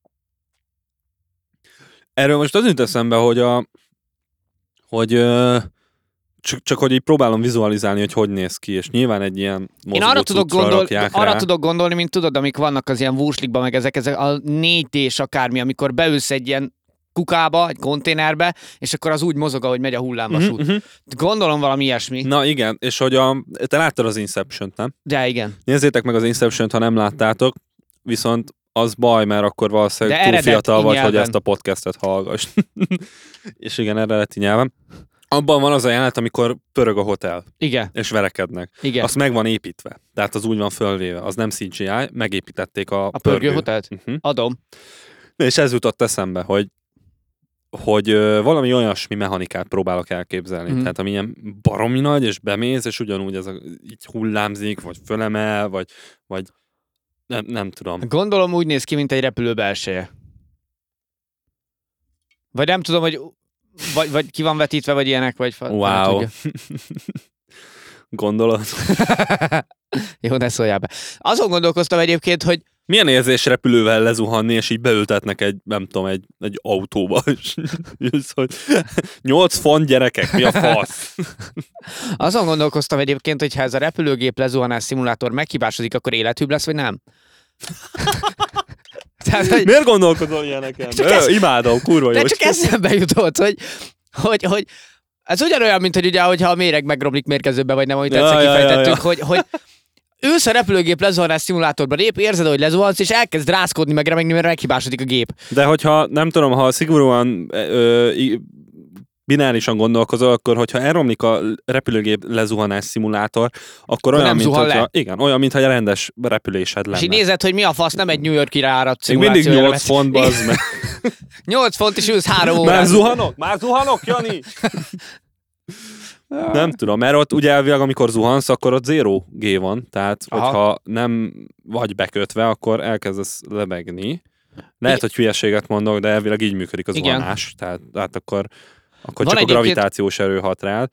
Erről most az jut eszembe, hogy csak hogy így próbálom vizualizálni, hogy néz ki, és nyilván egy ilyen mozgó cuccra arra tudok gondolni, mint tudod, amik vannak az ilyen vúslikban, meg ezek a 4D-s akármi, amikor beülsz egy ilyen kukába, egy konténerbe, és akkor az úgy mozog, ahogy megy a hullámvasút. Gondolom valami ilyesmi. Na igen, és hogy te láttad az Inception-t, nem? De igen. Nézzétek meg az Inception-t, ha nem láttátok, viszont az baj, mert akkor valószínűleg túl fiatal vagy, hogy ezt a podcastet hallgass. És igen, eredeti nyelven. Abban van az a jelenet, amikor pörög a hotel. Igen. És verekednek. Igen. Azt meg van építve. Tehát az úgy van fölvéve. Az nem CGI, megépítették a pörgő hotelt? Adom. És ez jutott eszembe, hogy valami olyasmi mechanikát próbálok elképzelni. Tehát ami ilyen baromi nagy, és bemész, és ugyanúgy ez így hullámzik, vagy fölemel, vagy nem tudom. Gondolom úgy néz ki, mint egy repülő belseje. Vagy nem tudom, hogy vagy ki van vetítve, vagy ilyenek, vagy... Wow. Gondolod? Jó, ne szóljál be. Azon gondolkoztam egyébként, hogy... Milyen érzés repülővel lezuhanni, és így beültetnek egy autóba, és hogy 8 font gyerekek, mi a fasz? Azon gondolkoztam egyébként, hogy ha ez a repülőgép lezuhanás szimulátor meghibásodik, akkor élethűbb lesz, vagy nem? Tehát, hogy... Miért gondolkodol ilyeneken? Imádom, kurva jó. De csak eszembe jutott, hogy ez ugyanolyan, mint hogy ugye, hogyha a méreg megromlik mérgezőbe, vagy nem, amit egyszer kifejtettük, hogy ülsz a repülőgép lezuhanás szimulátorban, épp érzed, hogy lezuhansz, és elkezd rázkodni, meg remegni, mert meghibásodik a gép. De hogyha, nem tudom, ha szigorúan binárisan gondolkozol, akkor hogyha elromlik a repülőgép lezuhanás szimulátor, akkor olyan, olyan, mintha rendes repülésed lenne. És így nézed, hogy mi a fasz, nem egy New York-ira áradt szimuláció. Még mindig 8 font, bazd meg. 8 font, és ülsz 3 órát. Már zuhanok, Jani? Nem tudom, mert ott ugye elvileg, amikor zuhansz, akkor ott 0G van, tehát hogyha nem vagy bekötve, akkor elkezdesz lebegni. Lehet, hogy hülyeséget mondok, de elvileg így működik az zuhanás, tehát akkor csak a gravitációs erő hat rád,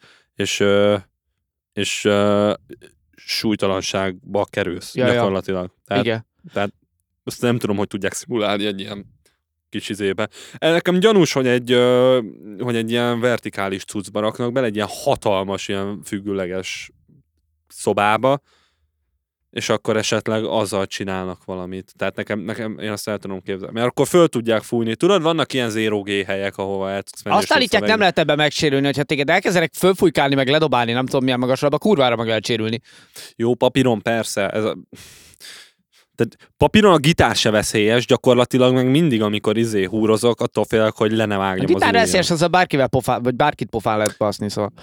és súlytalanságba kerülsz gyakorlatilag. Tehát azt nem tudom, hogy tudják szimulálni egy ilyen kis izébe. Nekem gyanús, hogy egy ilyen vertikális cuccba raknak bele, egy ilyen hatalmas, ilyen függőleges szobába, és akkor esetleg azzal csinálnak valamit. Tehát nekem én azt el tudom képzelni. Mert akkor föl tudják fújni. Tudod, vannak ilyen 0G helyek, ahova el tudsz menni. Azt állítják, nem lehet ebben megsérülni, hogyha téged elkezdenek fölfújkálni, meg ledobálni, nem tudom milyen magasabb, a kurvára meg lehet sérülni. Jó, papíron persze. Tehát papíron a gitár se veszélyes, gyakorlatilag meg mindig, amikor húrozok, attól félek, hogy le ne vágjam az ujjam. A gitár veszélyes, az a bárkivel pofán, vagy bárkit pofán lehet baszni, szóval.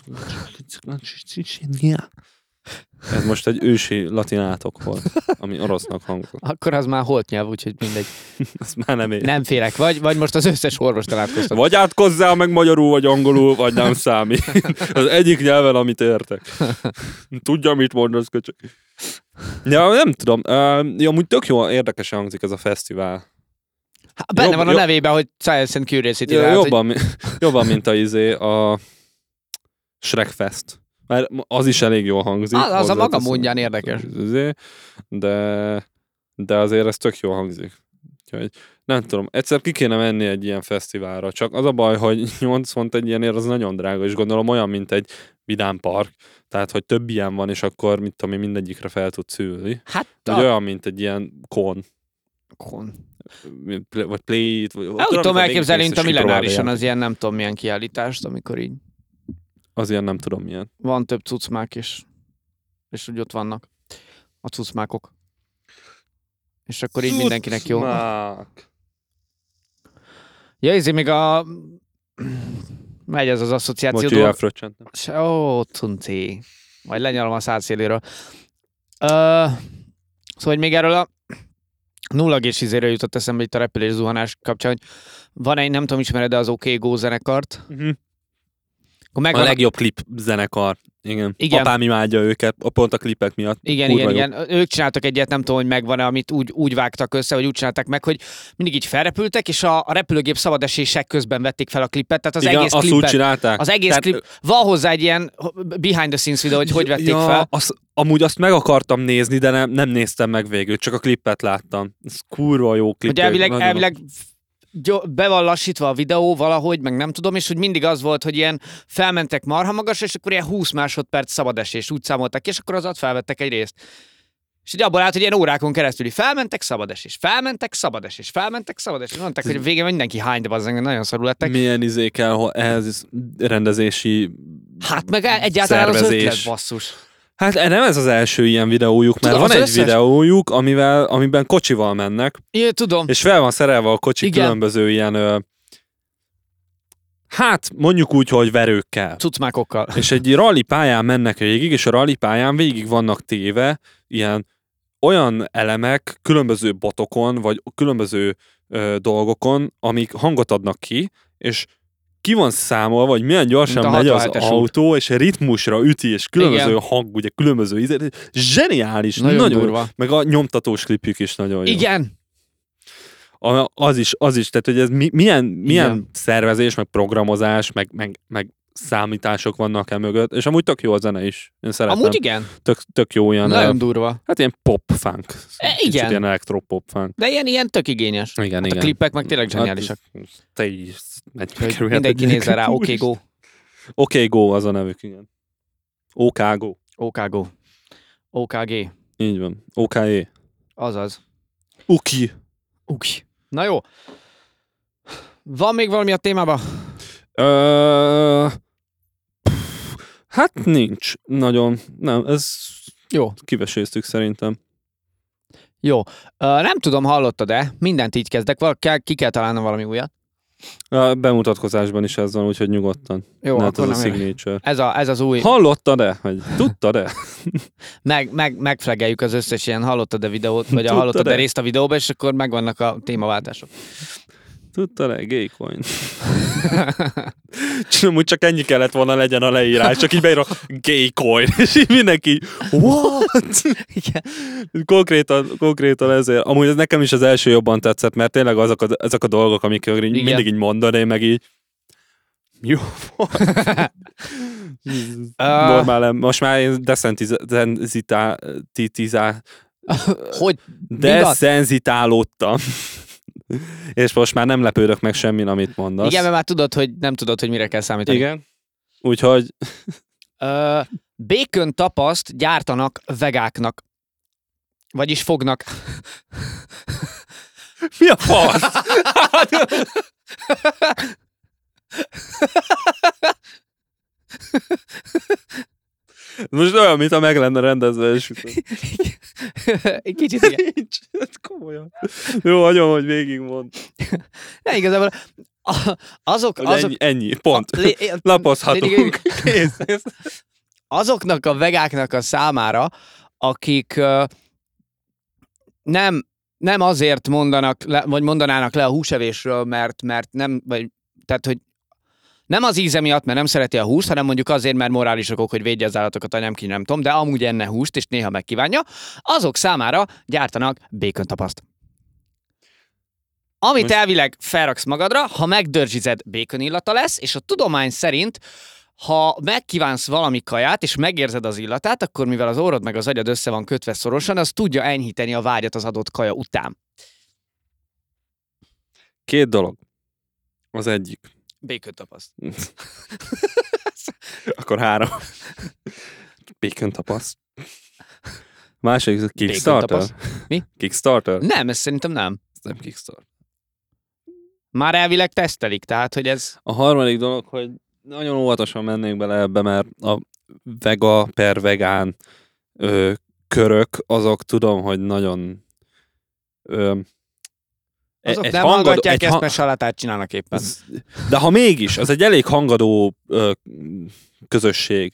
Ez most egy ősi latinátok volt, ami orosznak hangzott. Akkor az már holt nyelv, úgyhogy mindegy. Azt már nem ér. Nem félek, vagy most az összes orvost átkoztam. Vagy átkozzál meg magyarul, vagy angolul, vagy nem számít. Az egyik nyelven, amit értek. Tudja, mit mondasz, köcsök. Ja, nem tudom. Amúgy tök jó, érdekesen hangzik ez a fesztivál. Benne van a nevében, hogy Science and Curiosity. Jobban, mint a Shrekfest. Mert az is elég jól hangzik. Az a maga módján érdekes. De azért ez tök jól hangzik. Úgyhogy nem tudom, egyszer ki kéne menni egy ilyen fesztiválra. Csak az a baj, hogy 8 font egy ilyenért az nagyon drága, és gondolom olyan, mint egy vidámpark. Tehát, hogy több ilyen van, és akkor mit tudom én, mindegyikre fel tudsz ülni. Hát olyan, mint egy ilyen kon. Vagy play-it. Úgy tudom elképzelni, mint a millenárison az ilyen nem tudom milyen kiállítást, amikor így. Az ilyen nem tudom milyen. Van több cuccmák is. És úgy ott vannak a cuccmákok. És akkor így mindenkinek jó. Ja, ezért még megy ez az asszociáció. Most jöjjel fröccsent. Ó, tunci. Majd lenyalom a szálszéléről. Szóval, hogy még erről a 0G-s izéről jutott eszembe itt a repülés zuhanás kapcsán, hogy van egy, nem tudom, ismered, de az OK Go zenekart. A legjobb klip zenekar. Igen. Apám imádja őket, pont a klipek miatt. Igen. Ők csináltak egyet, nem tudom, hogy megvan-e, amit úgy vágtak össze, vagy úgy csinálták meg, hogy mindig így felrepültek, és a repülőgép szabadesések közben vették fel a klipet, tehát az egész klipet. Úgy csinálták. Az egész klip. Van hozzá egy ilyen behind the scenes videó, hogy vették fel. Amúgy azt meg akartam nézni, de nem néztem meg végül, csak a klipet láttam. Ez kurva jó klip. Hogy elvileg be van lassítva a videó valahogy, meg nem tudom, és hogy mindig az volt, hogy ilyen felmentek marha magasra, és akkor ilyen 20 másodperc szabadesés, úgy számoltak, és akkor azat felvettek egy részt. És így abból állt, hogy ilyen órákon keresztül felmentek, szabadesés, mondták, hogy a végén mindenki hány, de bazzeng, nagyon szarul lettek. Milyen izé kell ehhez rendezési hát meg egyáltalán az ötlet, basszus. Hát nem ez az első ilyen videójuk, mert tudom, van egy videójuk, amiben kocsival mennek. Igen, tudom. És fel van szerelve a kocsi különböző ilyen, hát mondjuk úgy, hogy verőkkel. Cuccmákokkal. És egy rally pályán mennek végig, és a rally pályán végig vannak téve ilyen olyan elemek különböző botokon, vagy különböző dolgokon, amik hangot adnak ki, és ki van számolva, hogy milyen gyorsan megy az autó, és ritmusra üti, és különböző hang, ugye különböző íze. Zseniális, nagyon durva. Meg a nyomtatós klipjük is nagyon jó. Igen. Az is, tehát hogy ez milyen szervezés, meg programozás, meg számítások vannak mögött, és amúgy tök jó a zene is. Én szeretem. Amúgy igen. Tök jó ilyen. Nagyon durva. Hát ilyen pop-funk. Igen. Ilyen elektropop-funk. De ilyen tök igényes. Igen. A klippek meg tényleg zseniálisak. Te is. Mindenki nézze rá, OK Go. OK Go az a nevük, igen. OK Go. OK Go. OKG. Így van. OKE. Azaz. Uki. Na jó. Van még valami a témában? Hát nincs. Nagyon. Nem, ez Jó. Kiveséztük szerintem. Jó. Nem tudom, hallottad-e? Mindent így kezdek. Ki kell találnom valami újat. A bemutatkozásban is ez van, úgyhogy nyugodtan. Jó, akkor nem a signature. Ez az új... Hallottad-e? Vagy tudtad-e? Megflegeljük az összes ilyen hallottad-e videót, vagy a hallottad-e részt a videóba, és akkor megvannak a témaváltások. Tudtad-e? Gaycoin. Csak ennyi kellett volna legyen a leírás, csak így beírom Gaycoin, és így mindenki what? Konkrétan ezért. Amúgy ez nekem is az első jobban tetszett, mert tényleg ezek a dolgok, amikről mindig így mondod, én meg így jó volt. Normál, most már én deszenzitálódtam. És most már nem lepődök meg semmin, amit mondasz. Igen, mert már tudod, hogy nem tudod, hogy mire kell számítani. Igen. Úgyhogy... Bacon tapaszt gyártanak vegáknak. Vagyis fognak. Mi a fasz? Most olyan, mint ha meg lenne rendezve, és... Egy kicsit igen. Nincs, komolyan. Jó, hagyom, hogy végigmond. Ne, igazából azok... Ennyi, pont. Lapozhatunk. Kész. Azoknak a vegáknak a számára, akik nem azért mondanának le a húsevésről, mert nem, vagy, tehát, hogy nem az íze miatt, mert nem szereti a húst, hanem mondjuk azért, mert morális okok, hogy védje az állatokat, vagy nem tudom, de amúgy enne húst, és néha megkívánja, azok számára gyártanak bacon tapaszt. Amit most elvileg felraksz magadra, ha megdörzsized, bacon illata lesz, és a tudomány szerint, ha megkívánsz valami kaját, és megérzed az illatát, akkor mivel az orrod meg az agyad össze van kötve szorosan, az tudja enyhíteni a vágyat az adott kaja után. 2 dolog. Az egyik. Bacon tapaszt. Akkor 3. Bacon tapaszt. Második, Kickstarter. Mi? Kickstarter? Nem, ez szerintem nem. Ez nem Kickstarter. Már elvileg tesztelik, tehát, hogy ez... A harmadik dolog, hogy nagyon óvatosan mennénk bele ebbe, mert a vega per vegán körök, azok tudom, hogy nagyon... Azok nem hallgatják ezt, mert salátát csinálnak éppen. De ha mégis, az egy elég hangadó közösség.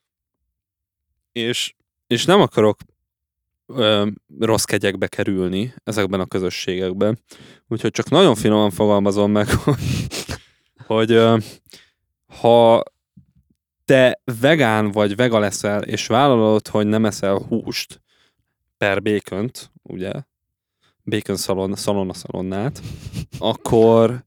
És nem akarok rossz kegyekbe kerülni ezekben a közösségekben. Úgyhogy csak nagyon finoman fogalmazom meg, hogy ha te vegán vagy vega leszel, és vállalod, hogy nem eszel húst per bacont, ugye? Bacon szalonnát, akkor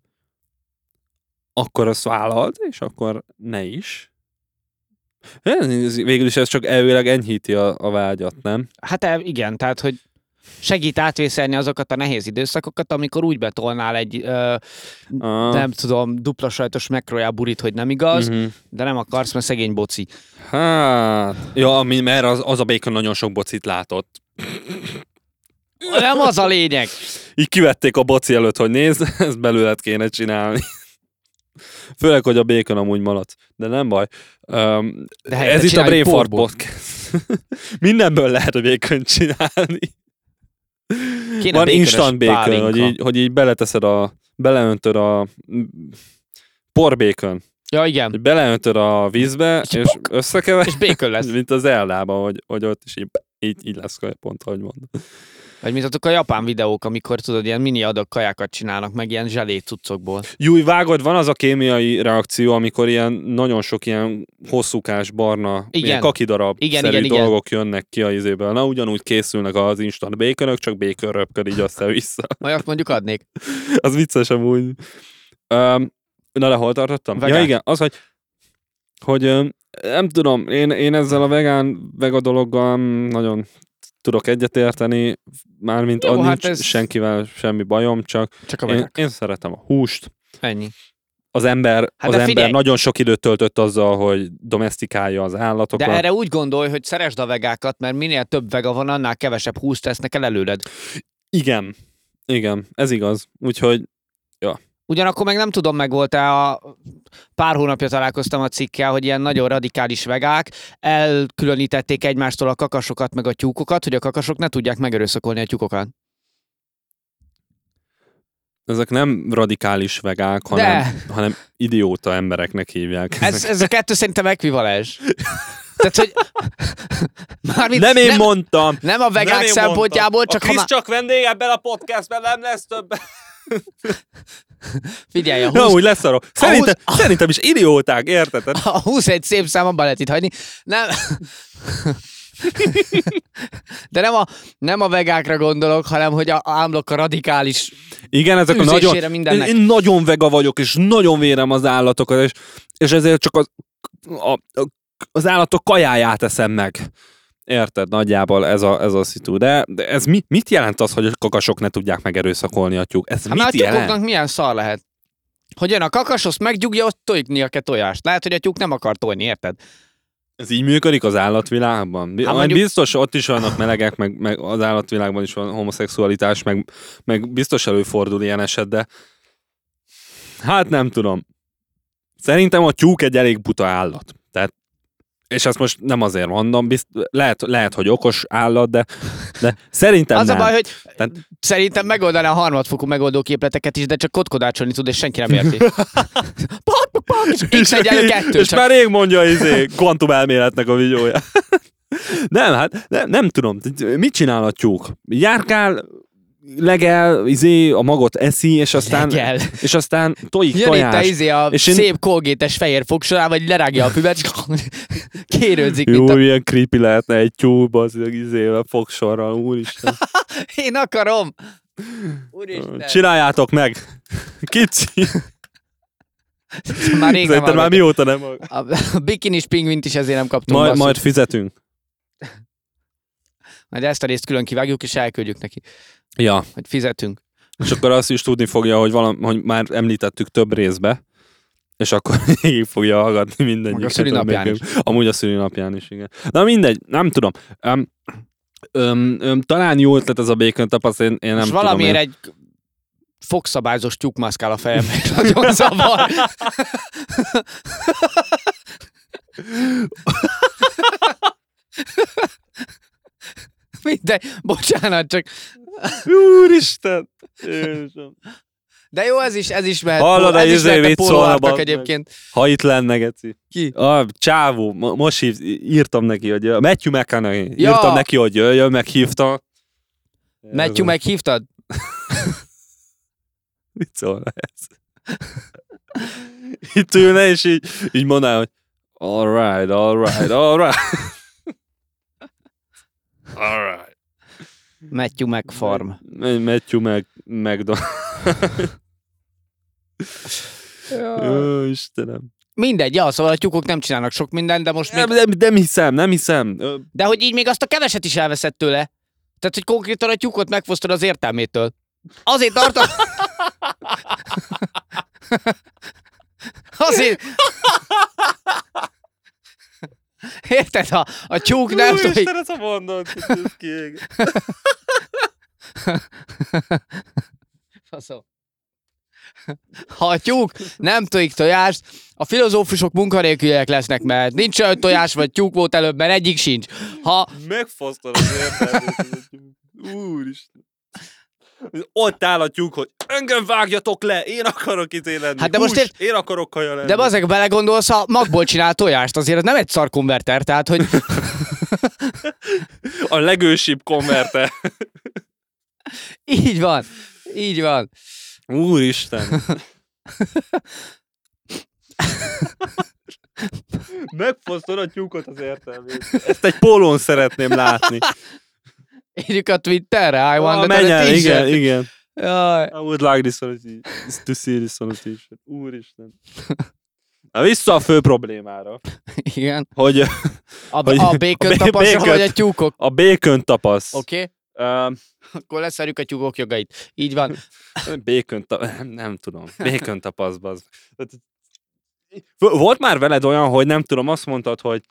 azt vállald, és akkor ne is. Végül is ez csak elvileg enyhíti a vágyat, nem? Hát igen, tehát, hogy segít átvészelni azokat a nehéz időszakokat, amikor úgy betolnál egy, nem tudom, dupla sajtos mekrojá burit, hogy nem igaz, de nem akarsz, mert szegény boci. Hát, ja, mert az a bacon nagyon sok bocit látott. Nem az a lényeg. Így kivették a boci előtt, hogy nézd, ezt belőled kéne csinálni. Főleg, hogy a bacon amúgy malac. De nem baj. De ez itt a Brain Fart Podcast. Mindenből lehet a bacon csinálni. Van instant bacon, hogy így beleöntöd a porbacon. Ja, igen. Hogy beleöntöd a vízbe, és összekever. És bacon lesz. Mint az Eldában, hogy ott is így lesz pont, ahogy mondod. Vagy mint azok a japán videók, amikor tudod, ilyen mini adag kajákat csinálnak, meg ilyen zselé cuccokból. Júj, vágod, van az a kémiai reakció, amikor ilyen nagyon sok ilyen hosszúkás, barna, ilyen kakidarab-szerű dolgok jönnek ki a izéből. Na, ugyanúgy készülnek az instant baconök, csak bacon röpköd így össze-vissza. Majd mondjuk adnék. Az vicces amúgy. Na, de hol tartottam? Vegán. Ja, igen, az, hogy nem tudom, én ezzel a vega dologgal nagyon tudok egyetérteni, mármint jó, nincs senkivel semmi bajom, csak én szeretem a húst. Ennyi. Az ember nagyon sok időt töltött azzal, hogy domesztikálja az állatokat. De erre úgy gondolj, hogy szeresd a vegákat, mert minél több vega van, annál kevesebb húst tesznek el előled. Igen, ez igaz. Úgyhogy, ja. Ugyanakkor meg nem tudom, meg volt-e pár hónapja találkoztam a cikkel, hogy ilyen nagyon radikális vegák elkülönítették egymástól a kakasokat meg a tyúkokat, hogy a kakasok ne tudják megerőszakolni a tyúkokat. Ezek nem radikális vegák, hanem idióta embereknek hívják. Ez a kettő szerintem ekvivalens. Tehát, hogy... nem én mondtam. Nem a vegák szempontjából, csak... A Krisz csak vendég ebben a podcastben, nem lesz több. Figyelj, a 20... úgy lesz arról. Szerintem is idióták, érted? A 20 egy szép szám, abban lehet itt hagyni. Nem... De nem a vegákra gondolok, hanem hogy ámlok a radikális. Igen, ezek a én nagyon vega vagyok, és nagyon vérem az állatokat, és ezért csak az állatok kajáját eszem meg. Érted? Nagyjából ez a szitu. De ez mit jelent az, hogy a kakasok ne tudják megerőszakolni a tyúk? Ez mit jelent? A tyúkoknak milyen szar lehet? Hogy jön a kakas, azt meggyugja, ott tojnia kell tojást. Lehet, hogy a tyúk nem akar tojni, érted? Ez így működik az állatvilágban? Mondjuk... Biztos ott is vannak melegek, meg az állatvilágban is van homoszexualitás, meg biztos előfordul ilyen eset, de hát nem tudom. Szerintem a tyúk egy elég buta állat. Tehát, és ezt most nem azért mondom, lehet, hogy okos állat, de szerintem az nem. Az a baj, hogy szerintem megoldaná a harmadfokú megoldóképleteket is, de csak kotkodácsolni tud, és senki nem érti. X egyenlő 2. És már rég mondja kvantum elméletnek a videója. Nem tudom. Mit csinál a tyúk? Járkál, legel, a magot eszi, és aztán tojik tojás. Jön itt a szép kolgétes fehér fogsorál, vagy lerágja a füvet, és kérődzik. Jó, ilyen creepy lehetne egy tyúk, az fogsorral, úristen. Én akarom. Úristen. Csináljátok meg. Kici. Szerintem már mióta nem. A bikinis pingvint is ezért nem kaptunk. Majd fizetünk. Majd ezt a részt külön kivágjuk, és elküldjük neki. Ja. Hogy fizetünk. És akkor azt is tudni fogja, hogy már említettük több részbe, és akkor így fogja hallgatni mindennyiket. A szülinapján is. Amúgy a szülinapján is, igen. Na mindegy, nem tudom. Talán jó ötlet ez a bacon tapasz, én nem és tudom. Valamiért egy fogszabályzós tyúkmászkál a fejembe, és nagyon zavar. Mindegy, bocsánat, csak... Úristen! De jó, ez is mehet. Hallod, ez is lehet pólóártak egyébként. Ha itt lenne, geci. Ki? A csávó, most írtam neki, hogy Matthew McConaughey. Írtam neki, hogy jöjjön, meghívta. Matthew meghívtad? Mit szólna ez? Itt ülne, és így mondaná, hogy all right. Matthew McFarm. Matthew McDonald. Jó, Istenem. Mindegy, szóval a tyúkok nem csinálnak sok mindent, de most nem hiszem. De hogy így még azt a keveset is elveszett tőle. Tehát, hogy konkrétan a tyúkot megfosztod az értelmétől. Azért tartom... Azért... Érted? A tyúk nem tudom... Úristen, ez a mondat, hogy ez kiég. Faszom. Ha a tyúk nem tojik tojást, a filozófusok munkanélküliek lesznek, mert nincs olyan tojás, vagy tyúk volt előbb, mert egyik sincs. Megfosztod az értelmét. Úristen. Ott áll a tyúk, hogy engem vágjatok le, én akarok lenni. Hát de most én akarok kaja lenni. De bazeg belegondolsz, a magból csinál tojást, azért ez nem egy szar konverter, tehát hogy... A legősibb konverter. Így van. Úristen. Megfosztod a tyúkot az értelmét. Ezt egy pólón szeretném látni. Írjuk a Twitterre, I want that t-shirt. Igen. Jaj. I would like this on a t-shirt. To see this on a t-shirt. Úristen. Na vissza a fő problémára. Igen. Hogy... A bacon tapaszra, vagy a tyúkok? A bacon tapasz. Oké. Akkor leszerjük a tyúkok jogait. Így van. Nem tudom. Bacon tapasz, bazd. Volt már veled olyan, hogy nem tudom, azt mondtad, hogy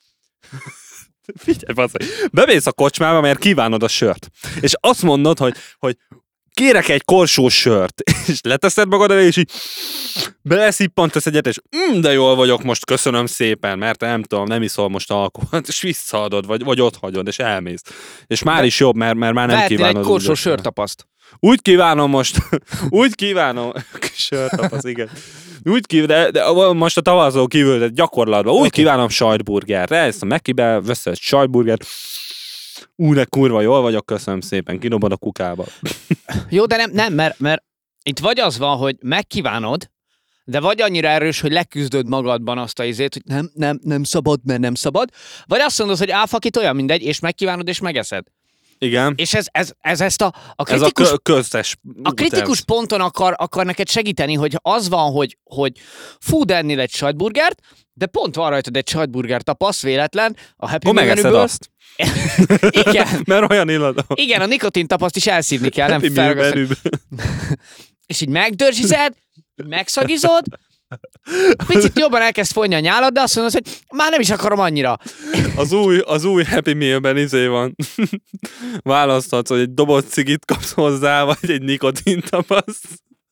figyelj, bazd, bemész a kocsmába, mert kívánod a sört. És azt mondod, hogy kérek egy korsós sört, és leteszed magad elé, és így beleszippantasz egyet, és de jól vagyok most, köszönöm szépen, mert nem tudom, nem iszol most alkoholt, és visszaadod, vagy ott hagyod, és elmész. És már is jobb, mert már nem kívánod. Egy korsós sörtapaszt. Úgy kívánom most, sörtapaszt, igen. De most a tavaszon kívül, de gyakorlatban úgy kívánom sajtburgert. Ezt a Mekibe veszed sajtburgert, de kurva jól vagyok, köszönöm szépen, kinobod a kukába. Jó, de nem, mert itt vagy az van, hogy megkívánod, de vagy annyira erős, hogy leküzdöd magadban azt a izét, hogy nem szabad, mert nem szabad, vagy azt mondod, hogy áfakit olyan mindegy, és megkívánod, és megeszed. Igen. És ez ezt a kritikus, ez a köztes a kritikus ponton akar neked segíteni, hogy az van, hogy fú, de ennél egy sajtburgert, de pont van rajtad egy sajtburger tapasz, véletlen, a Happy Meal menüből. Azt. Igen. Mert olyan illató. Igen, a nikotin tapaszt is elszívni kell, nem felragasztani. És így megdörzsized, megszagizod, picit jobban elkezd folyni a nyálad, de azt mondod, hogy már nem is akarom annyira. Az új Happy Meal-ben izé van. Választhatsz, hogy egy doboz cigit kapsz hozzá, vagy egy nikotin tapaszt.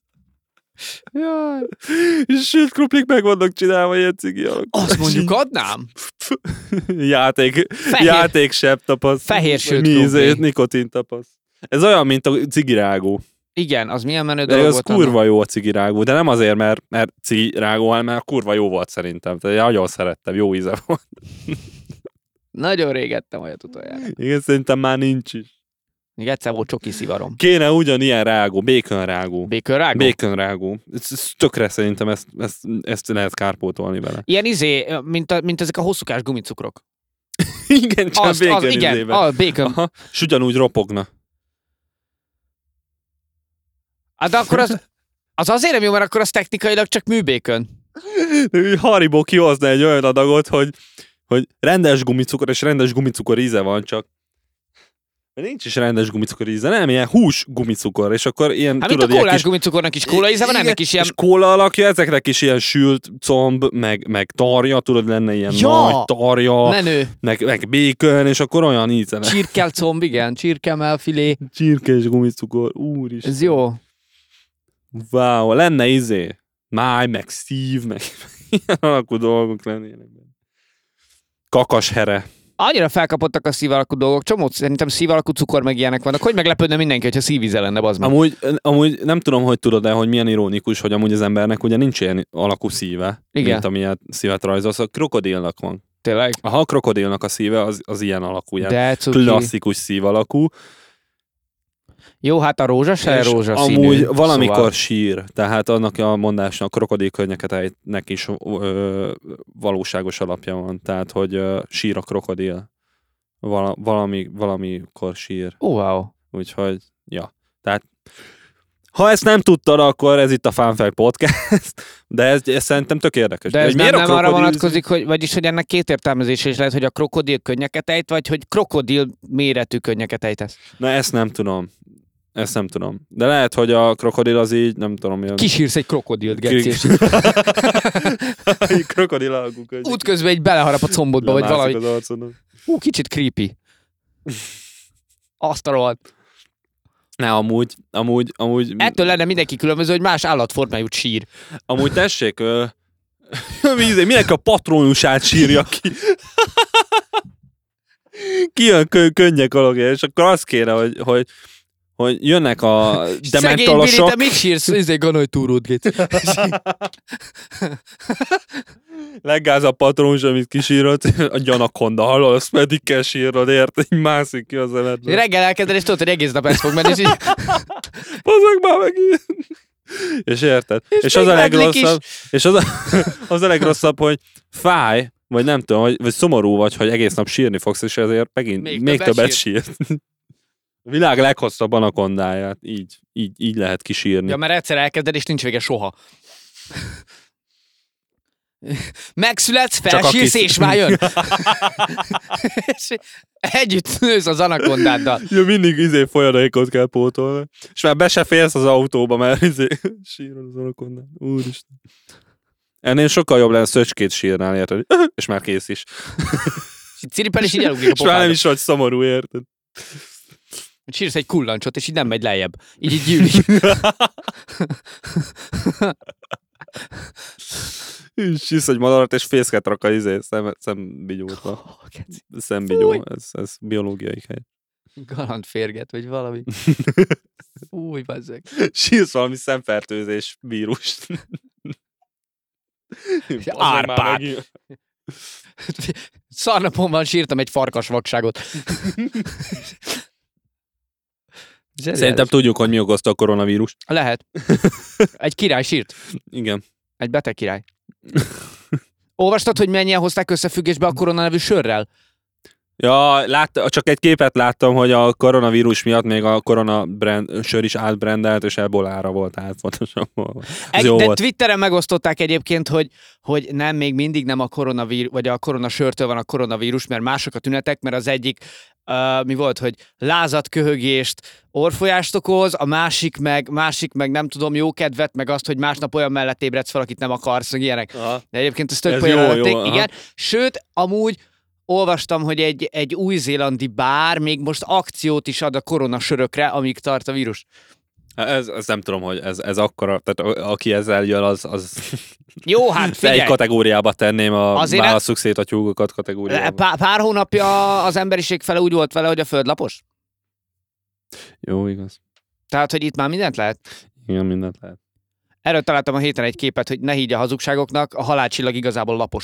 Jaj. És sőt, kruplik meg vannak csinálva ilyen cigi alakú. Azt mondjuk adnám. Játéksebb tapaszt. Fehér sőt kruplik. Nikotin tapaszt. Ez olyan, mint a cigirágó. Igen, az milyen menő dolog volt. Az kurva jó a cigirágó, de nem azért, mert cigirágó, hanem mert kurva jó volt szerintem. Tehát nagyon szerettem, jó íze volt. Nagyon rég ettem olyat utoljára. Igen, szerintem már nincs is. Még egyszer volt csoki szivarom. Kéne ugyanilyen rágó, bacon rágó. Bacon rágó? Bacon rágó. Ez tökre szerintem ezt lehet kárpótolni vele. Ilyen mint ezek a hosszúkás gumicukrok. Igen, csak bacon igen, izében. a bacon. Aha, és ugyanúgy ropogna. Hát de akkor az azért nem jó, mert akkor az technikailag csak műbékön. Haribo kihozna egy olyan adagot, hogy rendes gumicukor és rendes gumicukor íze van, csak nincs is rendes gumicukor íze, nem, ilyen hús gumicukor, és akkor ilyen... Hát mint a kólás gumicukornak is kóla íze van, ennek is ilyen... És kóla alakja, ezeknek is ilyen sült comb, meg tarja, tudod, lenne ilyen nagy tarja, meg bacon, és akkor olyan íze. Csirkel comb, igen, csirkemell, Csirke és gumicukor, úristen. Ez jó. Wow, lenne máj, meg szív, meg ilyen alakú dolgok lennének. Kakashere. Annyira felkapottak a szív alakú dolgok, csomó szerintem szív alakú cukor meg ilyenek vannak. Hogy meglepődne mindenki, hogyha szívvíze lenne, bazd meg. Amúgy nem tudom, hogy tudod-e, hogy milyen ironikus, hogy amúgy az embernek ugye nincs ilyen alakú szíve, igen, mint amilyen szívet rajzolsz. A krokodilnak van. Tényleg? A krokodilnak a szíve az ilyen alakú, ilyen klasszikus szív alakú. Jó, hát a rózsaszínű. Amúgy valamikor szóval sír, tehát annak a mondásnak, a krokodilkönnyeketnek is valóságos alapja van. Tehát, hogy sír a krokodil. Valamikor sír. Wow. Úgyhogy, ja. Tehát, ha ezt nem tudtad, akkor ez itt a Fun Fact Podcast, de ez szerintem tök érdekes. De ez nem arra vonatkozik, hogy ennek két értelmezése is lehet, hogy a krokodil könnyeket ejt, vagy hogy krokodil méretű könnyeket ejtesz. Na, ezt nem tudom. De lehet, hogy a krokodil az így, nem tudom. Milyen... Kisírsz egy krokodilt, geci, és így... krokodil alakú könnyek. Útközben egy beleharap a combodba, vagy valami. Kicsit creepy. Azt a rohadt. Ne, amúgy... Ettől lenne mindenki különböző, hogy más állatformájú sír. Amúgy tessék, minek a patronusát sírja ki? Ki olyan könnyek alakja, és akkor azt kéne, hogy jönnek a dementalosok. Szegény Billy, te mit sírsz? Ganaj túrót, gét. Leggáz a patronus, amit kisírod, a gyanakonda, hallod, azt pedig kell sírod, érted? Így mászik ki az emetben. Reggel elkezded, és tudod, hogy egész nap ezt fog menni, és így... Hozzak már megint! És érted? És az a legrosszabb, az a legrosszabb, hogy fáj, vagy nem tudom, vagy szomorú vagy, hogy egész nap sírni fogsz, és ezért megint még többet sír. A világ leghosszabb anakondáját. Így lehet kisírni. Ja, mert egyszer elkezded, és nincs vége soha. Megszületsz, felsírsz, és már jön. És együtt nősz az anakondáddal. Ja, mindig folyadékot kell pótolni. És már be se férsz az autóba, mert sírod az anakondát. Úristen. Ennél sokkal jobb lenne Szöcskét sírnál, érted? És már kész is. És ciripel, és így elugrik a pofára. És már nem is vagy szomorú, érted? Sírsz egy kullancsot, és így nem megy lejjebb. Így gyűlik. Sírsz egy madarat, és fészket rak a szembigyótba. Szembigyó, ez biológiai hely. Galant férget, vagy valami. Új, bazzeg. Sírsz valami szemfertőzés vírust. Árpád. Szarnapomban sírtam egy farkas vakságot. Szerintem tudjuk, hogy mi okozta a koronavírus. Lehet. Egy király sírt. Igen. Egy beteg király. Olvastad, hogy mennyien hozták összefüggésbe a korona nevű sörrel? Ja, csak egy képet láttam, hogy a koronavírus miatt még a korona sör is átbrendelt, és ebolára volt átfotosabb. De Twitteren megosztották egyébként, hogy nem, még mindig nem a koronavírus, vagy a koronasörtől van a koronavírus, mert mások a tünetek, mert az egyik mi volt, hogy lázat, köhögést, orrfolyást okoz, a másik meg nem tudom, jó kedvet, meg azt, hogy másnap olyan mellett ébredsz fel, akit nem akarsz, meg ilyenek. Aha. De egyébként ez tök poén. Igen. Sőt, amúgy olvastam, hogy egy új-zélandi bár még most akciót is ad a koronasörökre, amíg tart a vírus. Ez nem tudom, hogy ez akkora, tehát aki ezzel jön, az jó, hát figyelj. Egy kategóriába tenném válasszuk szét a tyúkokat kategóriába. Pár hónapja az emberiség fele úgy volt vele, hogy a föld lapos. Jó, igaz. Tehát, hogy itt már mindent lehet? Igen, mindent lehet. Erről találtam a héten egy képet, hogy ne higgy a hazugságoknak, a halálcsillag igazából lapos.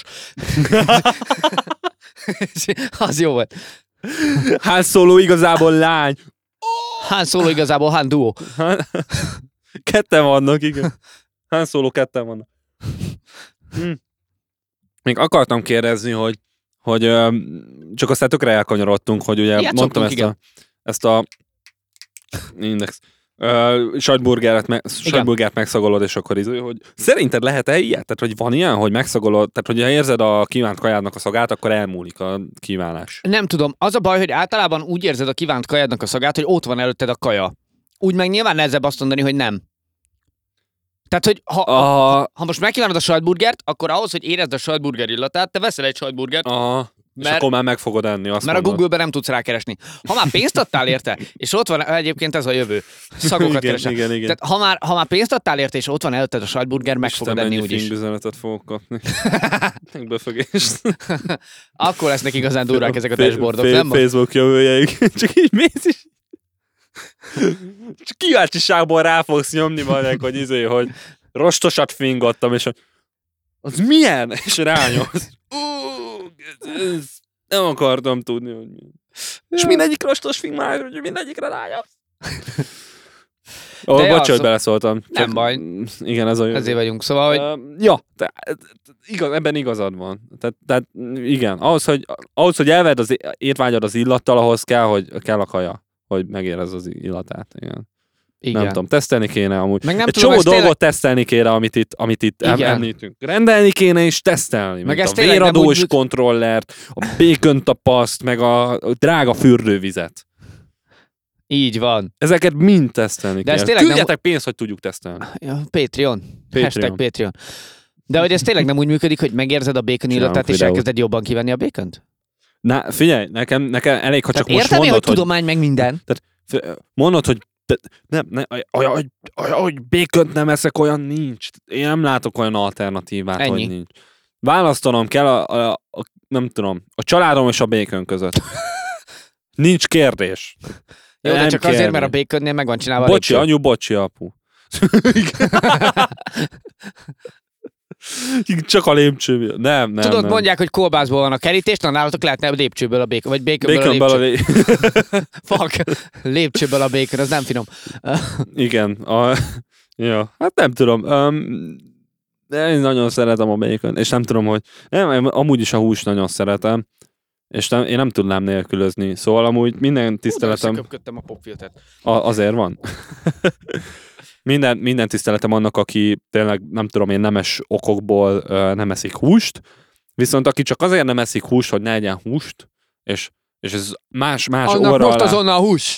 Az jó volt. Han Solo igazából lány. Han Solo igazából Han Duo. Ketten vannak, igen. Han Solo ketten vannak. Még akartam kérdezni, hogy csak aztán tökre elkanyarodtunk, hogy ugye mondtam ezt a index sajtburgert megszagolod, és akkor hogy szerinted lehet-e ilyet? Tehát, hogy van ilyen, hogy megszagolod, tehát, hogyha érzed a kívánt kajádnak a szagát, akkor elmúlik a kívánás. Nem tudom. Az a baj, hogy általában úgy érzed a kívánt kajádnak a szagát, hogy ott van előtted a kaja. Úgy meg nyilván nehezebb azt mondani, hogy nem. Tehát, hogy ha most megkívánod a sajtburgert, akkor ahhoz, hogy érezd a sajtburger illatát, te veszel egy sajtburgert, és akkor már meg fogod enni. Azt mert mondod. A Google-ben nem tudsz rákeresni. Ha már pénzt adtál érte, és ott van, egyébként ez a jövő, szagokat keresel. Igen. Tehát ha már pénzt adtál érte, és ott van előtted a sajtburger, meg fogod enni úgyis. Isten, mennyi üzenetet fogok kapni. Megbefögést. Akkor lesznek igazán durvák ezek a dashboardok, nem? Facebook jövőjeig. Csak így mész is. Csak kíváncsiságból rá fogsz nyomni majd, hogy rostosat fingottam, és az milyen? És rányomsz. Nem akartam tudni, hogy mi. És mindegyik rostos fing már, hogy mindegyikre rányomsz. Bocs, hogy beleszóltam. Nem baj. Igen, ez a jó. Ezért vagyunk, szóval, hogy... Ebben igazad van. Tehát igen, ahhoz, hogy elvedd az étvágyad az illattal, ahhoz kell a kaja, hogy megérez az illatát. Igen. Nem tudom, tesztelni kéne amúgy. Egy csomó dolgot tesztelni kéne, amit itt említünk. Rendelni kéne és tesztelni. Meg a véradós kontrollert, a bacon tapaszt, meg a drága fürdővizet. Így van. Ezeket mind tesztelni kéne. Küldjetek pénzt, hogy tudjuk tesztelni. Ja, Patreon. #Patreon. De hogy ez tényleg nem úgy működik, hogy megérzed a bacon illatát, és elkezded jobban kivenni a bacont? Na, figyelj, nekem elég, ha csak most mondod, hogy tudomány meg minden. Tehát mondod, hogy hogy bacont nem eszek, olyan nincs. Én nem látok olyan alternatívát, ennyi. Hogy nincs. Választanom kell nem tudom, a családom és a bacon között. Nincs kérdés. Jó, de csak azért, mert a baconnél meg van csinálva bocsi, anyu, bocsi, apu. Csak a lépcső. Nem. Tudod, mondják, hogy kolbászból van a kerítés, nálatok lehetne lépcsőből a bacon, vagy baconből a lépcső. Fuck, lépcsőből a bacon, az nem finom. Igen. Hát nem tudom. De én nagyon szeretem a bacon, és nem tudom, hogy... amúgy is a húst nagyon szeretem, és én nem tudnám nélkülözni. Szóval amúgy minden tiszteletem... Összeköpködtem a popfiltert. Azért van. Minden tiszteletem annak, aki tényleg, nem tudom én, nemes okokból nem eszik húst, viszont aki csak azért nem eszik húst, hogy ne egyen húst, és ez más annak óra most alá... azonnal hús!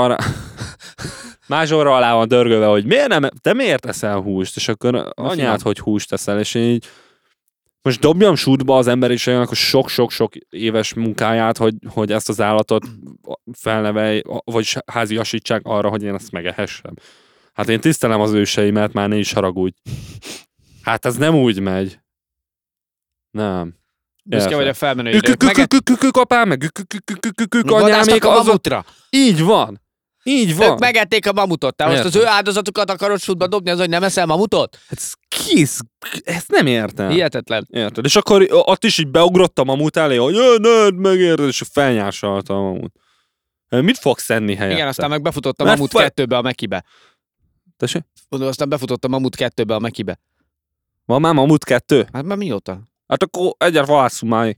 Más óra alá van dörgölve, hogy te miért eszel húst, és akkor anyád, hogy húst eszel, és én így most dobjam sútba az emberiségnek a sok-sok-sok éves munkáját, hogy ezt az állatot felnevelj, vagy háziasítsák arra, hogy én ezt megehessem. Hát én tisztelem az őseimet, már ne is haragudj. Hát ez nem úgy megy. Nem. Büszke vagy a felmenő apám, meg anyámék a mamutra. Így van. Így van. Ők megették a mamutot. Te most az ő áldozatukat akarod sútba dobni, az, hogy nem eszel mamutot? Ezt nem értem. Hihetetlen. Érted? És akkor ott is így beugrott a mamut elé, hogy megérted, és felnyásolta a mamut. Mit fogsz enni helyette? Igen, aztán meg befutott a mamut 2-be a Mekibe. Tessék? Aztán befutott a mamut 2-be a Mekibe. Van már mamut 2? Hát már mióta? Hát akkor egyet valásszunk már.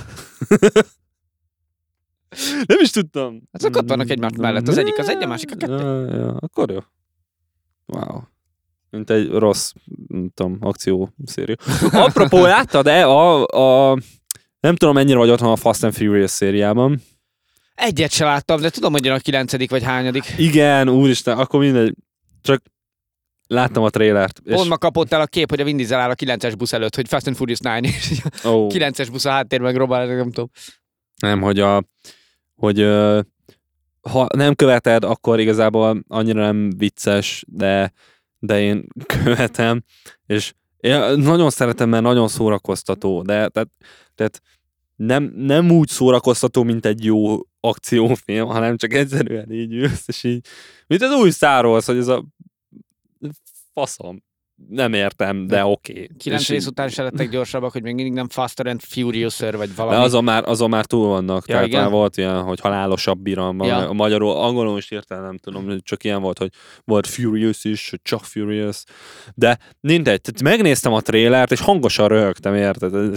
Nem is tudtam. Ezek ott vannak egymás mellett. Az egyik az egy, a másik a 2. Ja, akkor jó. Wow. Mint egy rossz, nem tudom, akciószérió. Apropó, láttad-e nem tudom, mennyire vagy otthon a Fast and Furious szériában. Egyet se láttam, de tudom, hogy jön a 9. vagy hányadik. Igen, úristen, akkor mindegy. Csak láttam a trailert. Pont ma kapott el a kép, hogy a Vin Diesel áll a 9-es busz előtt, hogy Fast and Furious 9, és a 9-es busz a háttér meg robbál, nem tudom. Nem, hogy ha nem követed, akkor igazából annyira nem vicces, de én követem, és én nagyon szeretem, mert nagyon szórakoztató, de tehát nem úgy szórakoztató, mint egy jó akciófilm, hanem csak egyszerűen így ülsz, és így, mint az új Star Wars, hogy ez a faszom. Nem értem, de oké. 9 rész után se lettek gyorsabbak, hogy még mindig nem Faster and Furious-er, vagy valami. De azon már túl vannak. Ja, tehát igen? Már volt ilyen, hogy halálosabb biram. Ja. A magyarul, angolul is értem, nem tudom, csak ilyen volt, hogy volt Furious is, csak Furious. De mindegy, tehát megnéztem a trélert, és hangosan röhögtem, érted?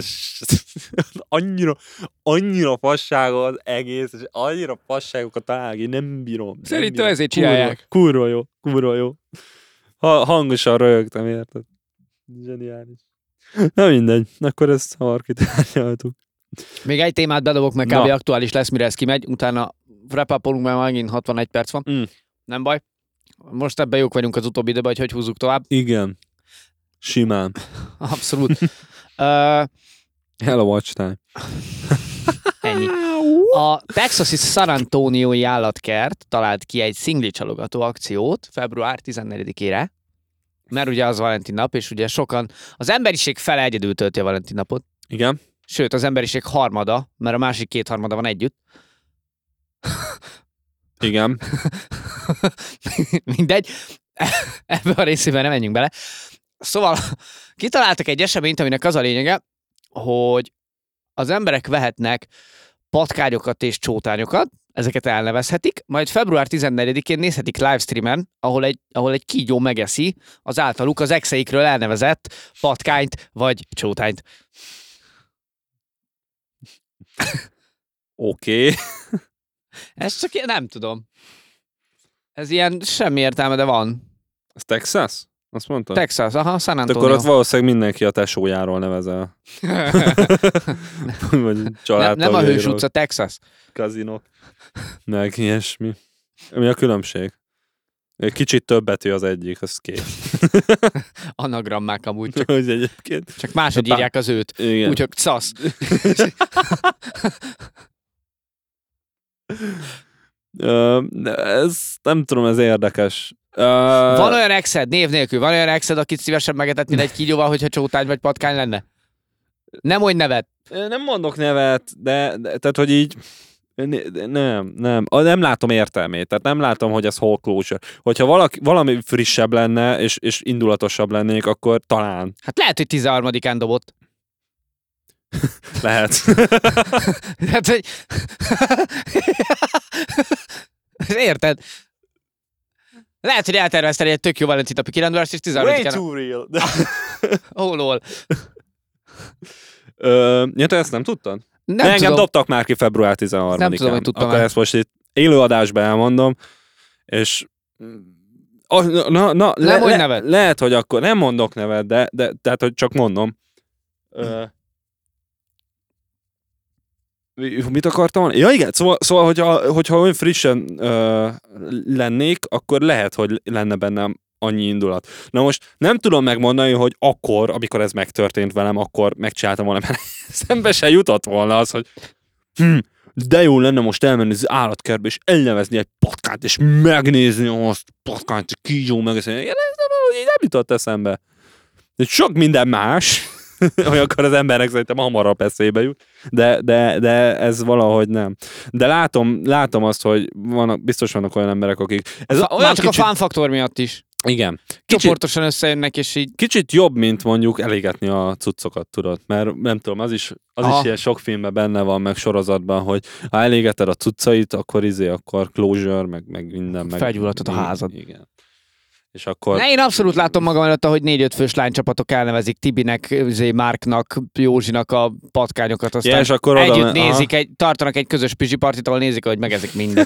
annyira fasság az egész, és annyira fasságokat találok, én nem bírom. Szerintem ezért csinálják. Kurva jó. Hangosan röhögtem, érted? Zseniális. Na mindegy, akkor ezt hamar kitárgyaltuk. Még egy témát bedobok, meg kb. Aktuális lesz, mire ez kimegy. Utána wrap-upolunk, mert megint 61 perc van. Nem baj. Most ebben jók vagyunk az utóbbi időben, hogy húzzuk tovább. Igen. Simán. Abszolút. Hello, watch time. Ennyi. A texasi San Antoniói állatkert talált ki egy szingli csalogató akciót február 14-ére, mert ugye az Valentin nap, és ugye sokan, az emberiség fele egyedül tölti a Valentin napot. Igen. Sőt, az emberiség harmada, mert a másik 2/3 van együtt. Igen. Mindegy. Ebben a részében nem menjünk bele. Szóval kitaláltak egy eseményt, aminek az a lényege, hogy az emberek vehetnek patkányokat és csótányokat, ezeket elnevezhetik, majd február 14-én nézhetik livestreamen, ahol egy kígyó megeszi az általuk az exeikről elnevezett patkányt vagy csótányt. Oké. Ez csak nem tudom. Ez ilyen semmi értelme, de van. Ez Texas? Azt mondtad? Texas, aha, San Antonio. Akkor ott valószínűleg mindenki a tesójáról nevezel. Vagy nem a Hős utca, Texas. Kazinok. Meg ilyesmi. Mi a különbség? Egy kicsit több betű az egyik, az kész. Anagrammák amúgy. Csak máshogy írják az őt. Úgyhogy szasz. Ez nem tudom, ez érdekes. Van olyan exed, név nélkül, van olyan exed, akit szívesen megetetnél egy kígyóval, hogyha csótány vagy patkány lenne? Nem mondj nevet. Nem mondok nevet, de tehát, hogy így nem látom értelmét, tehát nem látom, hogy ez whole closure. Hogyha valami frissebb lenne, és indulatosabb lennék, akkor talán. Hát lehet, hogy 13-án dobott. Lehet. Hát, hogy... Érted? Lehet, hogy elterveztél egy tök jó Valentin napi kirándulást, és 13-án... Way too real. Oh, lol. Ja, te ezt nem tudtad? Nem engem tudom. dobtak már ki február 13-án. Nem tudom, hogy tudtam. Akkor ezt most itt élőadásban elmondom, és... Nem mondj nevet. Lehet, hogy akkor nem mondok nevet, de tehát, hogy csak mondom. Mit akartam mondani? Ja igen, szóval hogyha olyan frissen lennék, akkor lehet, hogy lenne bennem annyi indulat. Na most nem tudom megmondani, hogy akkor, amikor ez megtörtént velem, akkor megcsináltam volna, mert szembe se jutott volna az, hogy de jó lenne most elmenni az állatkertbe, és elnevezni egy patkányt, és megnézni azt patkányt, és kígyó megeszni. Így nem jutott eszembe. De sok minden más, olyankor az embernek szerintem hamarabb eszébe jut, de ez valahogy nem. De látom azt, hogy biztos vannak olyan emberek, akik... Olyan csak a fánfaktor miatt is. Igen. Csoportosan összejönnek, és így... Kicsit jobb, mint mondjuk elégetni a cuccokat, tudod? Mert nem tudom, az is ilyen sok filmben benne van, meg sorozatban, hogy ha elégeted a cuccait, akkor closure, meg minden. Felgyulladhat a házad. Igen. És akkor... Én abszolút látom magam előtt, hogy 4-5 fős lánycsapatok elnevezik Tibinek, Márknak, Józsinak a patkányokat, aztán és akkor együtt nézik, tartanak egy közös pizsipartit, ahol nézik, hogy megezik mindent.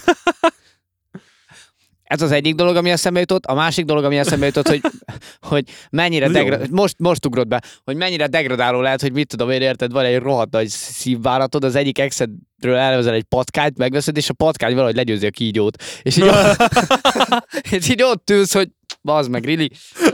Ez az egyik dolog, ami eszembe jutott. A másik dolog, ami eszembe jutott, hogy mennyire most ugrott be, hogy mennyire degradáló lehet, hogy mit tudom én, érted, van egy rohadt nagy szívváratod, az egyik exedről elvezel egy patkányt, megveszed, és a patkány valahogy legyőzi a kígyót. És így, és így ott ülsz, hogy bazd meg, really?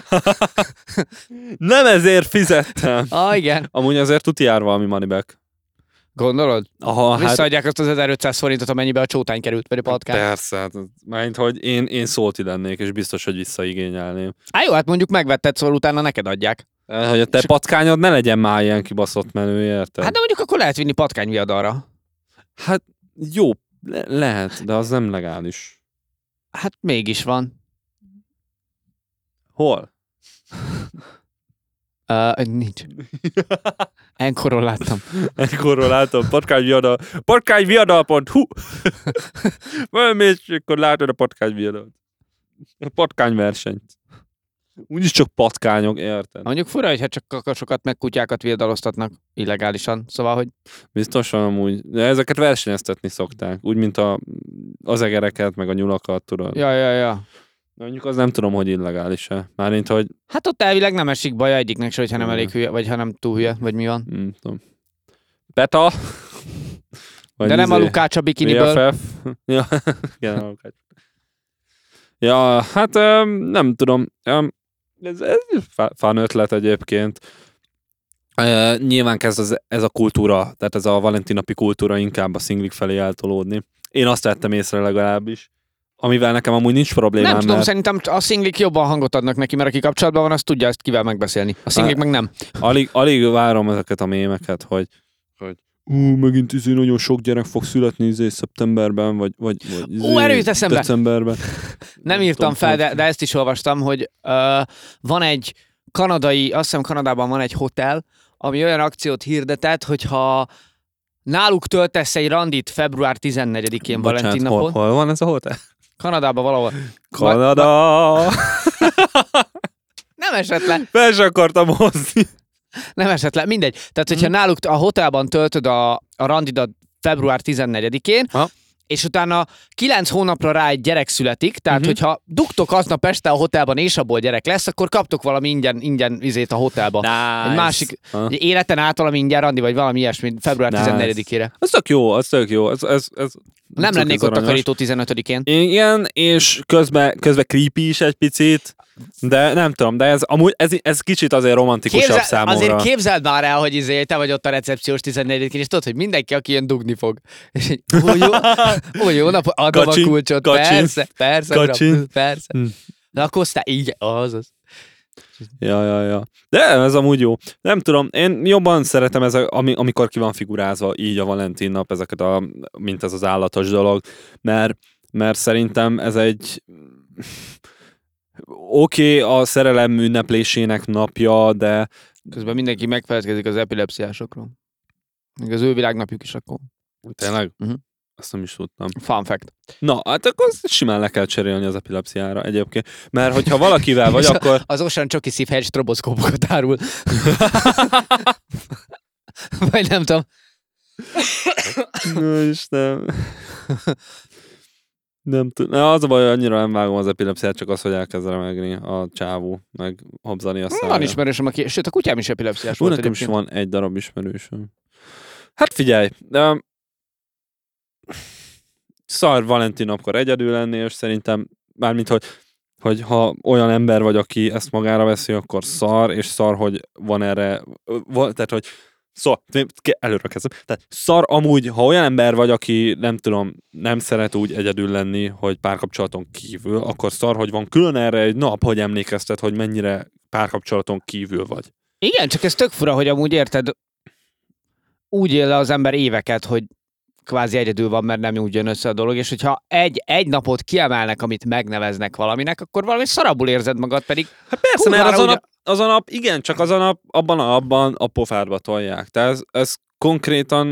Nem ezért fizettem. Igen. Amúgy azért tuti jár valami money back. Gondolod? Aha, visszaadják azt az 1500 forintot, amennyibe a csótány került, vagy a patkány. Persze, mert hogy én szóti lennék, és biztos, hogy visszaigényelném. Jó, hát mondjuk megvetted, szóval utána neked adják. Hogy a te patkányod ne legyen már ilyen kibaszott menő, érted? Hát de mondjuk akkor lehet vinni patkányviadalra. Hát jó, lehet, de az nem legális. Hát mégis van. Hol? Nincs. Enkorról láttam. Patkányviadal.hu Mész, akkor látod a patkányviadalt. A patkányversenyt. Úgyis csak patkányok, érted? Mondjuk fura, hogy csak kakasokat meg kutyákat viadaloztatnak illegálisan, szóval, hogy... Biztosan amúgy, de ezeket versenyeztetni szokták. Úgy, mint az egereket, meg a nyulakat, tudod. Ja. Mondjuk az nem tudom, hogy illegális-e. Mármint, hogy... Hát ott elvileg nem esik baja egyiknek se, hogyha nem elég hülye, vagy ha nem túl hülye, vagy mi van. Nem tudom. Peta! De nem a Lukács a bikiniből. Ja, igen, a Lukács. Ja, hát nem tudom. Ez fán ötlet egyébként. Nyilván kezd ez a kultúra, tehát ez a valentinapi kultúra inkább a szinglik felé eltolódni. Én azt vettem észre legalábbis. Amivel nekem amúgy nincs problémám. Nem tudom, szerintem a szinglik jobban hangot adnak neki, mert aki kapcsolatban van, az tudja ezt kivel megbeszélni. A szinglik meg nem. Alig várom ezeket a mémeket, hogy megint nagyon sok gyerek fog születni szeptemberben, vagy decemberben. Nem írtam fel, de ezt is olvastam, hogy van egy kanadai, azt hiszem Kanadában van egy hotel, ami olyan akciót hirdetett, hogyha náluk töltesz egy randit február 14-én Valentin napon. Hol van ez a hotel? Kanadában valahol. Kanada! Nem esett le. Be se akartam hozni. Nem esett le, mindegy. Tehát, hogyha náluk a hotelban töltöd a randidat február 14-én, és utána 9 hónapra rá egy gyerek születik, tehát hogyha dugtok aznap este a hotelban, és abból gyerek lesz, akkor kaptok valami ingyen izét a hotelba. Nice. Egy másik életen át valami ingyen randi, vagy valami ilyesmi február 14-ére. Ez tök jó, ez nem lennék ott takarító 15-én. Igen, és közben creepy is egy picit, de nem tudom, de ez kicsit azért romantikusabb számomra. Azért képzeld már el, hogy te vagy ott a recepciós 14-én, és tudod, hogy mindenki, aki jön dugni fog. És így, jó nap, adom a kulcsot. Persze. Lakoztál, így, azaz. Ja. De ez amúgy jó. Nem tudom, én jobban szeretem amikor ki van figurázva így a Valentin nap, ezeket mint ez az állatos dolog, mert szerintem ez egy oké, a szerelem ünneplésének napja, de... Közben mindenki megfelelkezik az epilepsziásokról. Még az ő világnapjuk is akkor. Tényleg? Azt nem is tudtam. Fun fact. Na, hát akkor simán le kell cserélni az epilepsziára egyébként. Mert hogyha valakivel vagy, akkor... Az Ocean Csoki szívhegy stroboszkópokat árul. Vagy nem tudom. Istenem. Nem tudom. Az a baj, hogy annyira nem vágom az epilepsziát, csak az, hogy elkezd remegni a csávó, meg hobzani a szája. Van ismerősöm, sőt a kutyám is epilepsziás volt. Nekem is van egy darab ismerősöm. Hát figyelj, szar Valentin napkor egyedül lenni, és szerintem mármint, hogy hogy ha olyan ember vagy, aki ezt magára veszi, akkor szar, és szar, hogy van erre, tehát, hogy előre kezdem. Tehát szar amúgy, ha olyan ember vagy, aki nem tudom, nem szeret úgy egyedül lenni, hogy párkapcsolaton kívül, akkor szar, hogy van külön erre egy nap, hogy emlékeztet, hogy mennyire párkapcsolaton kívül vagy. Igen, csak ez tök fura, hogy amúgy érted, úgy él le az ember éveket, hogy kvázi egyedül van, mert nem úgy jön össze a dolog, és hogyha egy napot kiemelnek, amit megneveznek valaminek, akkor valami szarabul érzed magad, pedig... Hát persze, mert az a nap, igen, csak az a nap abban a pofádba tolják. Tehát ez konkrétan...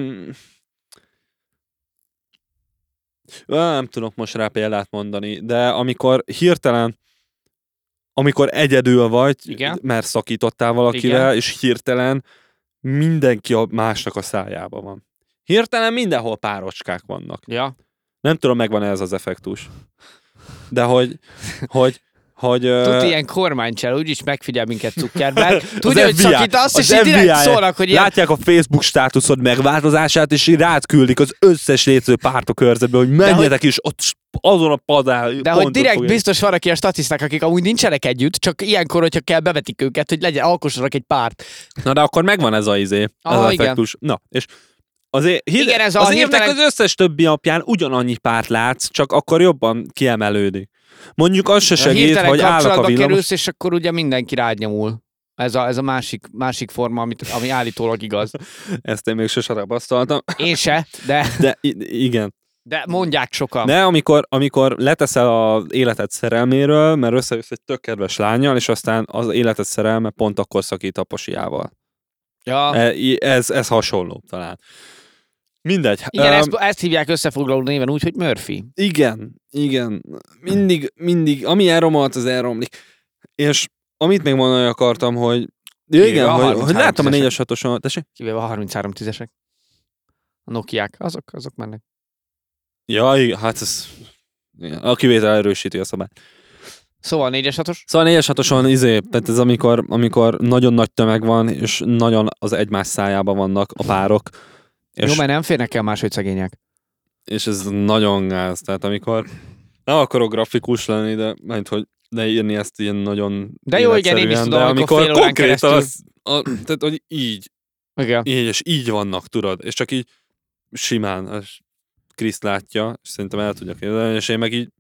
Nem tudok most rá példát mondani, de amikor hirtelen, amikor egyedül vagy, igen, mert szakítottál valakivel, igen, és hirtelen mindenki a másnak a szájában van. Hirtelen mindenhol párocskák vannak. Ja. Nem tudom, megvan ez az effektus. De hogy Tud ilyen kormánycsel, úgyis megfigyel minket Zuckerberg. Tudja, hogy szakítasz, és így direkt szólnak, hogy ilyen... Látják a Facebook státuszod megváltozását, és így rád küldik az összes létező pártokörzetbe, hogy menjetek is ott azon a padán. De hogy direkt biztos van, aki a statiszták, akik amúgy nincsenek együtt, csak ilyenkor, hogyha kell, bevetik őket, hogy legyen, alkossanak egy párt. Na de akkor megvan ez ez az effektus. Na, és azért igen, ez az évnek az összes többi napján ugyanannyi párt látsz, csak akkor jobban kiemelődik. Mondjuk az se segít, hogy állnak a villamos... kerülsz, és akkor ugye mindenki rád nyomul. Ez a másik forma, ami állítólag igaz. Ezt én még sose tapasztaltam. Én se, de... De igen. De mondják sokan. De amikor leteszel az életed szerelméről, mert összejössz egy tök kedves lánnyal, és aztán az életed szerelme pont akkor szakít a pasiával. Ja. Ez hasonló talán. Mindegy. Igen, ezt hívják összefoglaló néven úgy, hogy Murphy. Igen. Mindig, ami elromalt, az elromlik. És amit még mondani akartam, hogy igen, hogy láttam a 4-es 6-oson. Tessék? Kivéve a 33-10-esek. A Nokiák, azok mennek. Ja, hát ez a kivétel erősíti a szabályt. Szóval 4-es 6-os? Szóval 4-es 6-oson tehát ez amikor nagyon nagy tömeg van, és nagyon az egymás szájában vannak a párok. Jó, mert nem férnek el máshogy szegények. És ez nagyon gáz. Tehát amikor nem akarok grafikus lenni, de mert hogy ne írni ezt ilyen nagyon... De jó, igen, én is tudom, de amikor konkrétan tehát, hogy így. Igen. Így, és így vannak, tudod. És csak így simán Kriszt látja, és szerintem el tudja képzelni, és én meg így...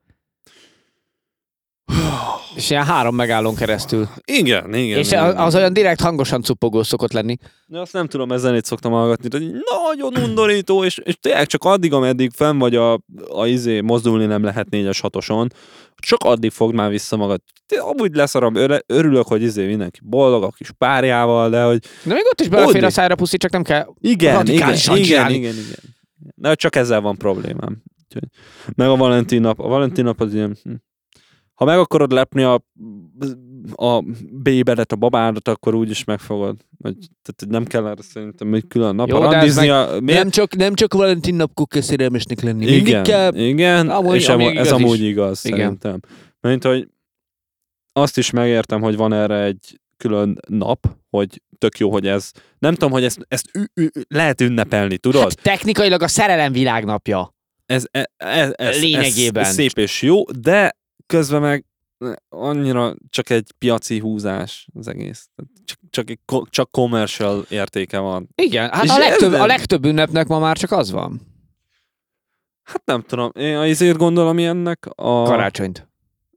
És ilyen 3 megállón keresztül. Igen. És az olyan direkt hangosan cuppogó szokott lenni. De azt nem tudom, zenét szoktam hallgatni, hogy nagyon undorító, és tényleg csak addig, ameddig fenn vagy mozdulni nem lehet 4-es 6-oson, csak addig fogd már vissza magad. Amúgy leszarom, örülök, hogy mindenki boldog a kis párjával, de hogy... De még ott is belefér a szájra puszi, csak nem kell radikálisan csinálni. Igen. De csak ezzel van problémám. Meg a Valentin nap az ilyen... Ha meg akarod lepni a bébedet, a babádat, akkor úgyis megfogod. Tehát nem kell erre szerintem egy külön napra randiznia. Nem csak Valentin napkor kell szerelmesnek lenni. Igen, és ez amúgy igaz szerintem. Mert hogy azt is megértem, hogy van erre egy külön nap, hogy tök jó, hogy ez... Nem tudom, hogy ezt lehet ünnepelni, tudod? Hát technikailag a szerelem világnapja. Ez lényegében. Ez szép és jó, de közben meg annyira csak egy piaci húzás az egész. Csak commercial értéke van. Igen, hát a legtöbb ünnepnek ma már csak az van. Hát nem tudom, én azért gondolom ilyennek a... Karácsonyt.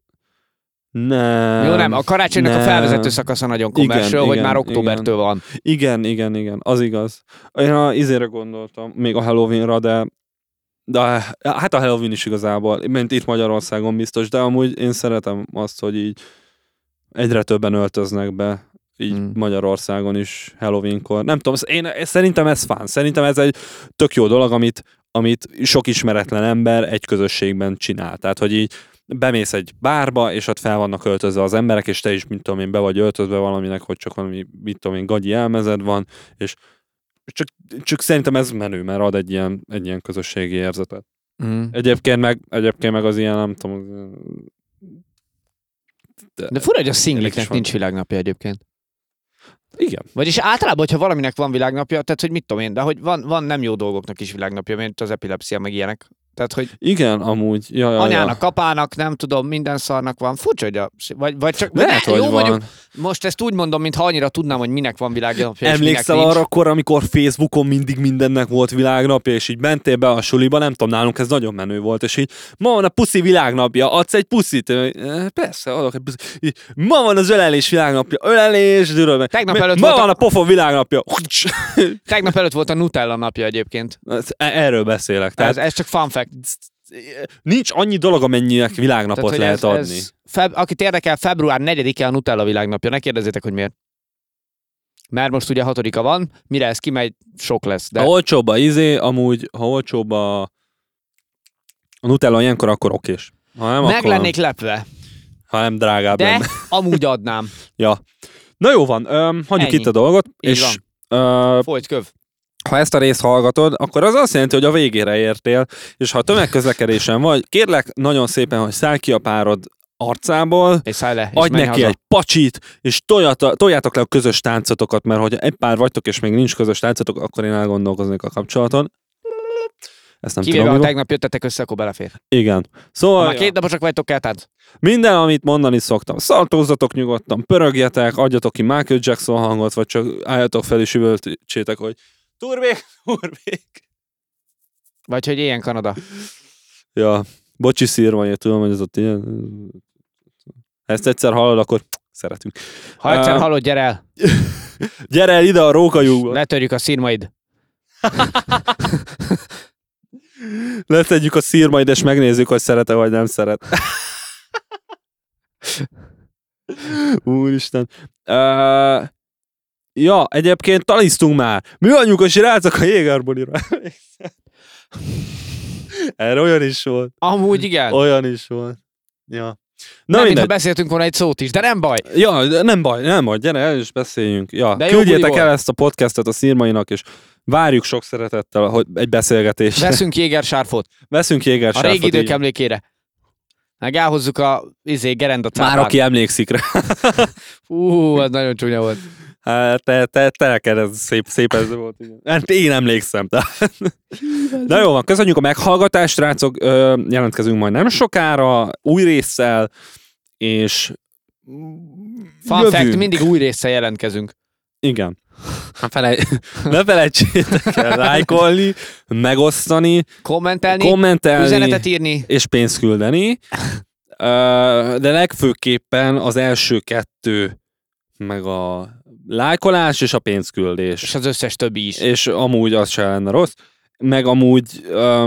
Nem. Jó, nem, a karácsonynak a felvezető szakasza nagyon commercial, hogy már októbertől van. Igen, az igaz. Én izére gondoltam, még a Halloweenra, de hát a Halloween is igazából, mint itt Magyarországon biztos, de amúgy én szeretem azt, hogy így egyre többen öltöznek be, így Magyarországon is Halloweenkor. Nem tudom, szerintem ez fán. Szerintem ez egy tök jó dolog, amit sok ismeretlen ember egy közösségben csinál. Tehát, hogy így bemész egy bárba, és ott fel vannak öltözve az emberek, és te is, mint tudom én, be vagy öltözve valaminek, hogy csak valami, mit tudom én, gagyi elmezed van, és csak szerintem ez menő, mert ad egy ilyen közösségi érzetet. Egyébként meg az ilyen, nem tudom... De fura, hogy a szingliknek nincs világnapja egyébként. Igen. Vagyis általában, hogyha valaminek van világnapja, tehát hogy mit tudom én, de hogy van nem jó dolgoknak is világnapja, mint az epilepszia, meg ilyenek. Tehát, hogy igen, amúgy. Ja, anyának, apának, nem tudom, minden szarnak van. Furcsa, hogy vagy csak... Lehet, hogy van. Mondjuk, most ezt úgy mondom, mintha annyira tudnám, hogy minek van világnapja, Emlékszel arra akkor, amikor Facebookon mindig mindennek volt világnapja, és így mentél be a suliba, nem tudom, nálunk ez nagyon menő volt, és így ma van a puszi világnapja, adsz egy puszit? Persze, adok egy puszit. Ma van az ölelés világnapja, ölelés, ma van a pofon világnapja. Tegnap előtt volt a Nutella napja egyébként. Erről beszélek. Tehát ez csak fun fact. Nincs annyi dolog, amennyinek világnapot lehet adni. Akit érdekel, február 4-e a Nutella világnapja. Ne kérdezzétek, hogy miért. Mert most ugye 6-a van, mire ez kimegy, sok lesz. De... Ha olcsóbb a ha olcsóbb a Nutella ilyenkor, akkor okés. Meg lennék lepve. Ha nem drágább de lenne. Amúgy adnám. Ja. Na jó van, hagyjuk itt a dolgot. Így és folyt köv. Ha ezt a részt hallgatod, akkor az azt jelenti, hogy a végére értél, és ha tömegközlekedésen vagy, kérlek nagyon szépen, hogy szállj ki a párod arcából, és adj neki egy pacsit, és toljátok le a közös táncotokat, mert hogyha egy pár vagytok, és még nincs közös táncotok, akkor én elgondolkoznék a kapcsolaton. Ezt nem kivéve, tudom, ha tegnap jöttetek össze, akkor belefér. Igen. Szóval... Ha már 2 naposak vagytok, kell tánc. Minden, amit mondani szoktam. Szaltózzatok nyugodtan, pörögjetek, adjatok ki Michael Jackson hangot, vagy csak álljatok fel és üvöltsétek, hogy turvék. Vagy hogy ilyen Kanada. Ja, bocsi szírmai, tudom, hogy ez ott ilyen... Ha ezt egyszer hallod, akkor szeretünk. Ha egyszer hallod, gyere el. Gyere el ide a rókajúba. Letörjük a szírmaid. Letegyük a szírmaid, és megnézzük, hogy szeret-e, vagy nem szeret. Úristen. Ja, egyébként talisztunk már. Mi vagyunk a srácok a Jégerbulira. Erre olyan is volt. Amúgy igen. Olyan is volt. Ja. Nem, mintha beszéltünk volna egy szót is, de nem baj. Ja, nem baj, gyere, el is beszéljünk. Ja, küldjétek el ezt a podcastet a szírmainak, és várjuk sok szeretettel, hogy egy beszélgetésre. Veszünk jégersárfot. A régi idők emlékére. Meg elhozzuk a gerenda cápát. Már aki emlékszik rá. Az nagyon csúnya volt. Hát te neked ez szép ez volt. Hát én emlékszem. Na jó van, köszönjük a meghallgatást, srácok. Jelentkezünk majd nem sokára, új résszel, és Fun fact, mindig új résszel jelentkezünk. Igen. Ne felejtsétek el lájkolni, megosztani, kommentelni, üzenetet írni, és pénzt küldeni. De legfőképpen az első 2, meg a lájkolás és a pénzküldés. És az összes többi is. És amúgy az se lenne rossz. Meg amúgy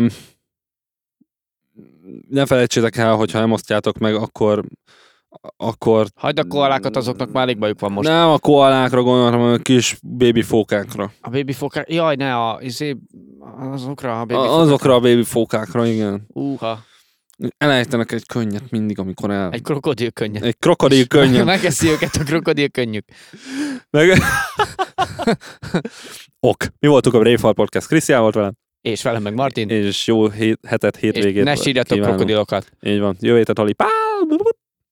ne felejtsétek el, hogyha nem osztjátok meg, akkor hagyd a koalákat, azoknak már elég bajuk van most. Nem a koalákra gondoltam, hanem a kis babyfókákra. A babyfókák? Jaj, ne, azokra a babyfókákra. Azokra a babyfókákra, igen. Elejtenek egy könnyet mindig, amikor Egy krokodilkönnyet. Egy krokodilkönnyet. Megeszi őket a krokodilkönnyük. Mi voltunk a Braveheart Podcast. Krisztián volt velem. És velem meg Martin. És jó hétvégét. Ne sírjatok krokodilokat. Így van. Jó hétet, Oli. Pál!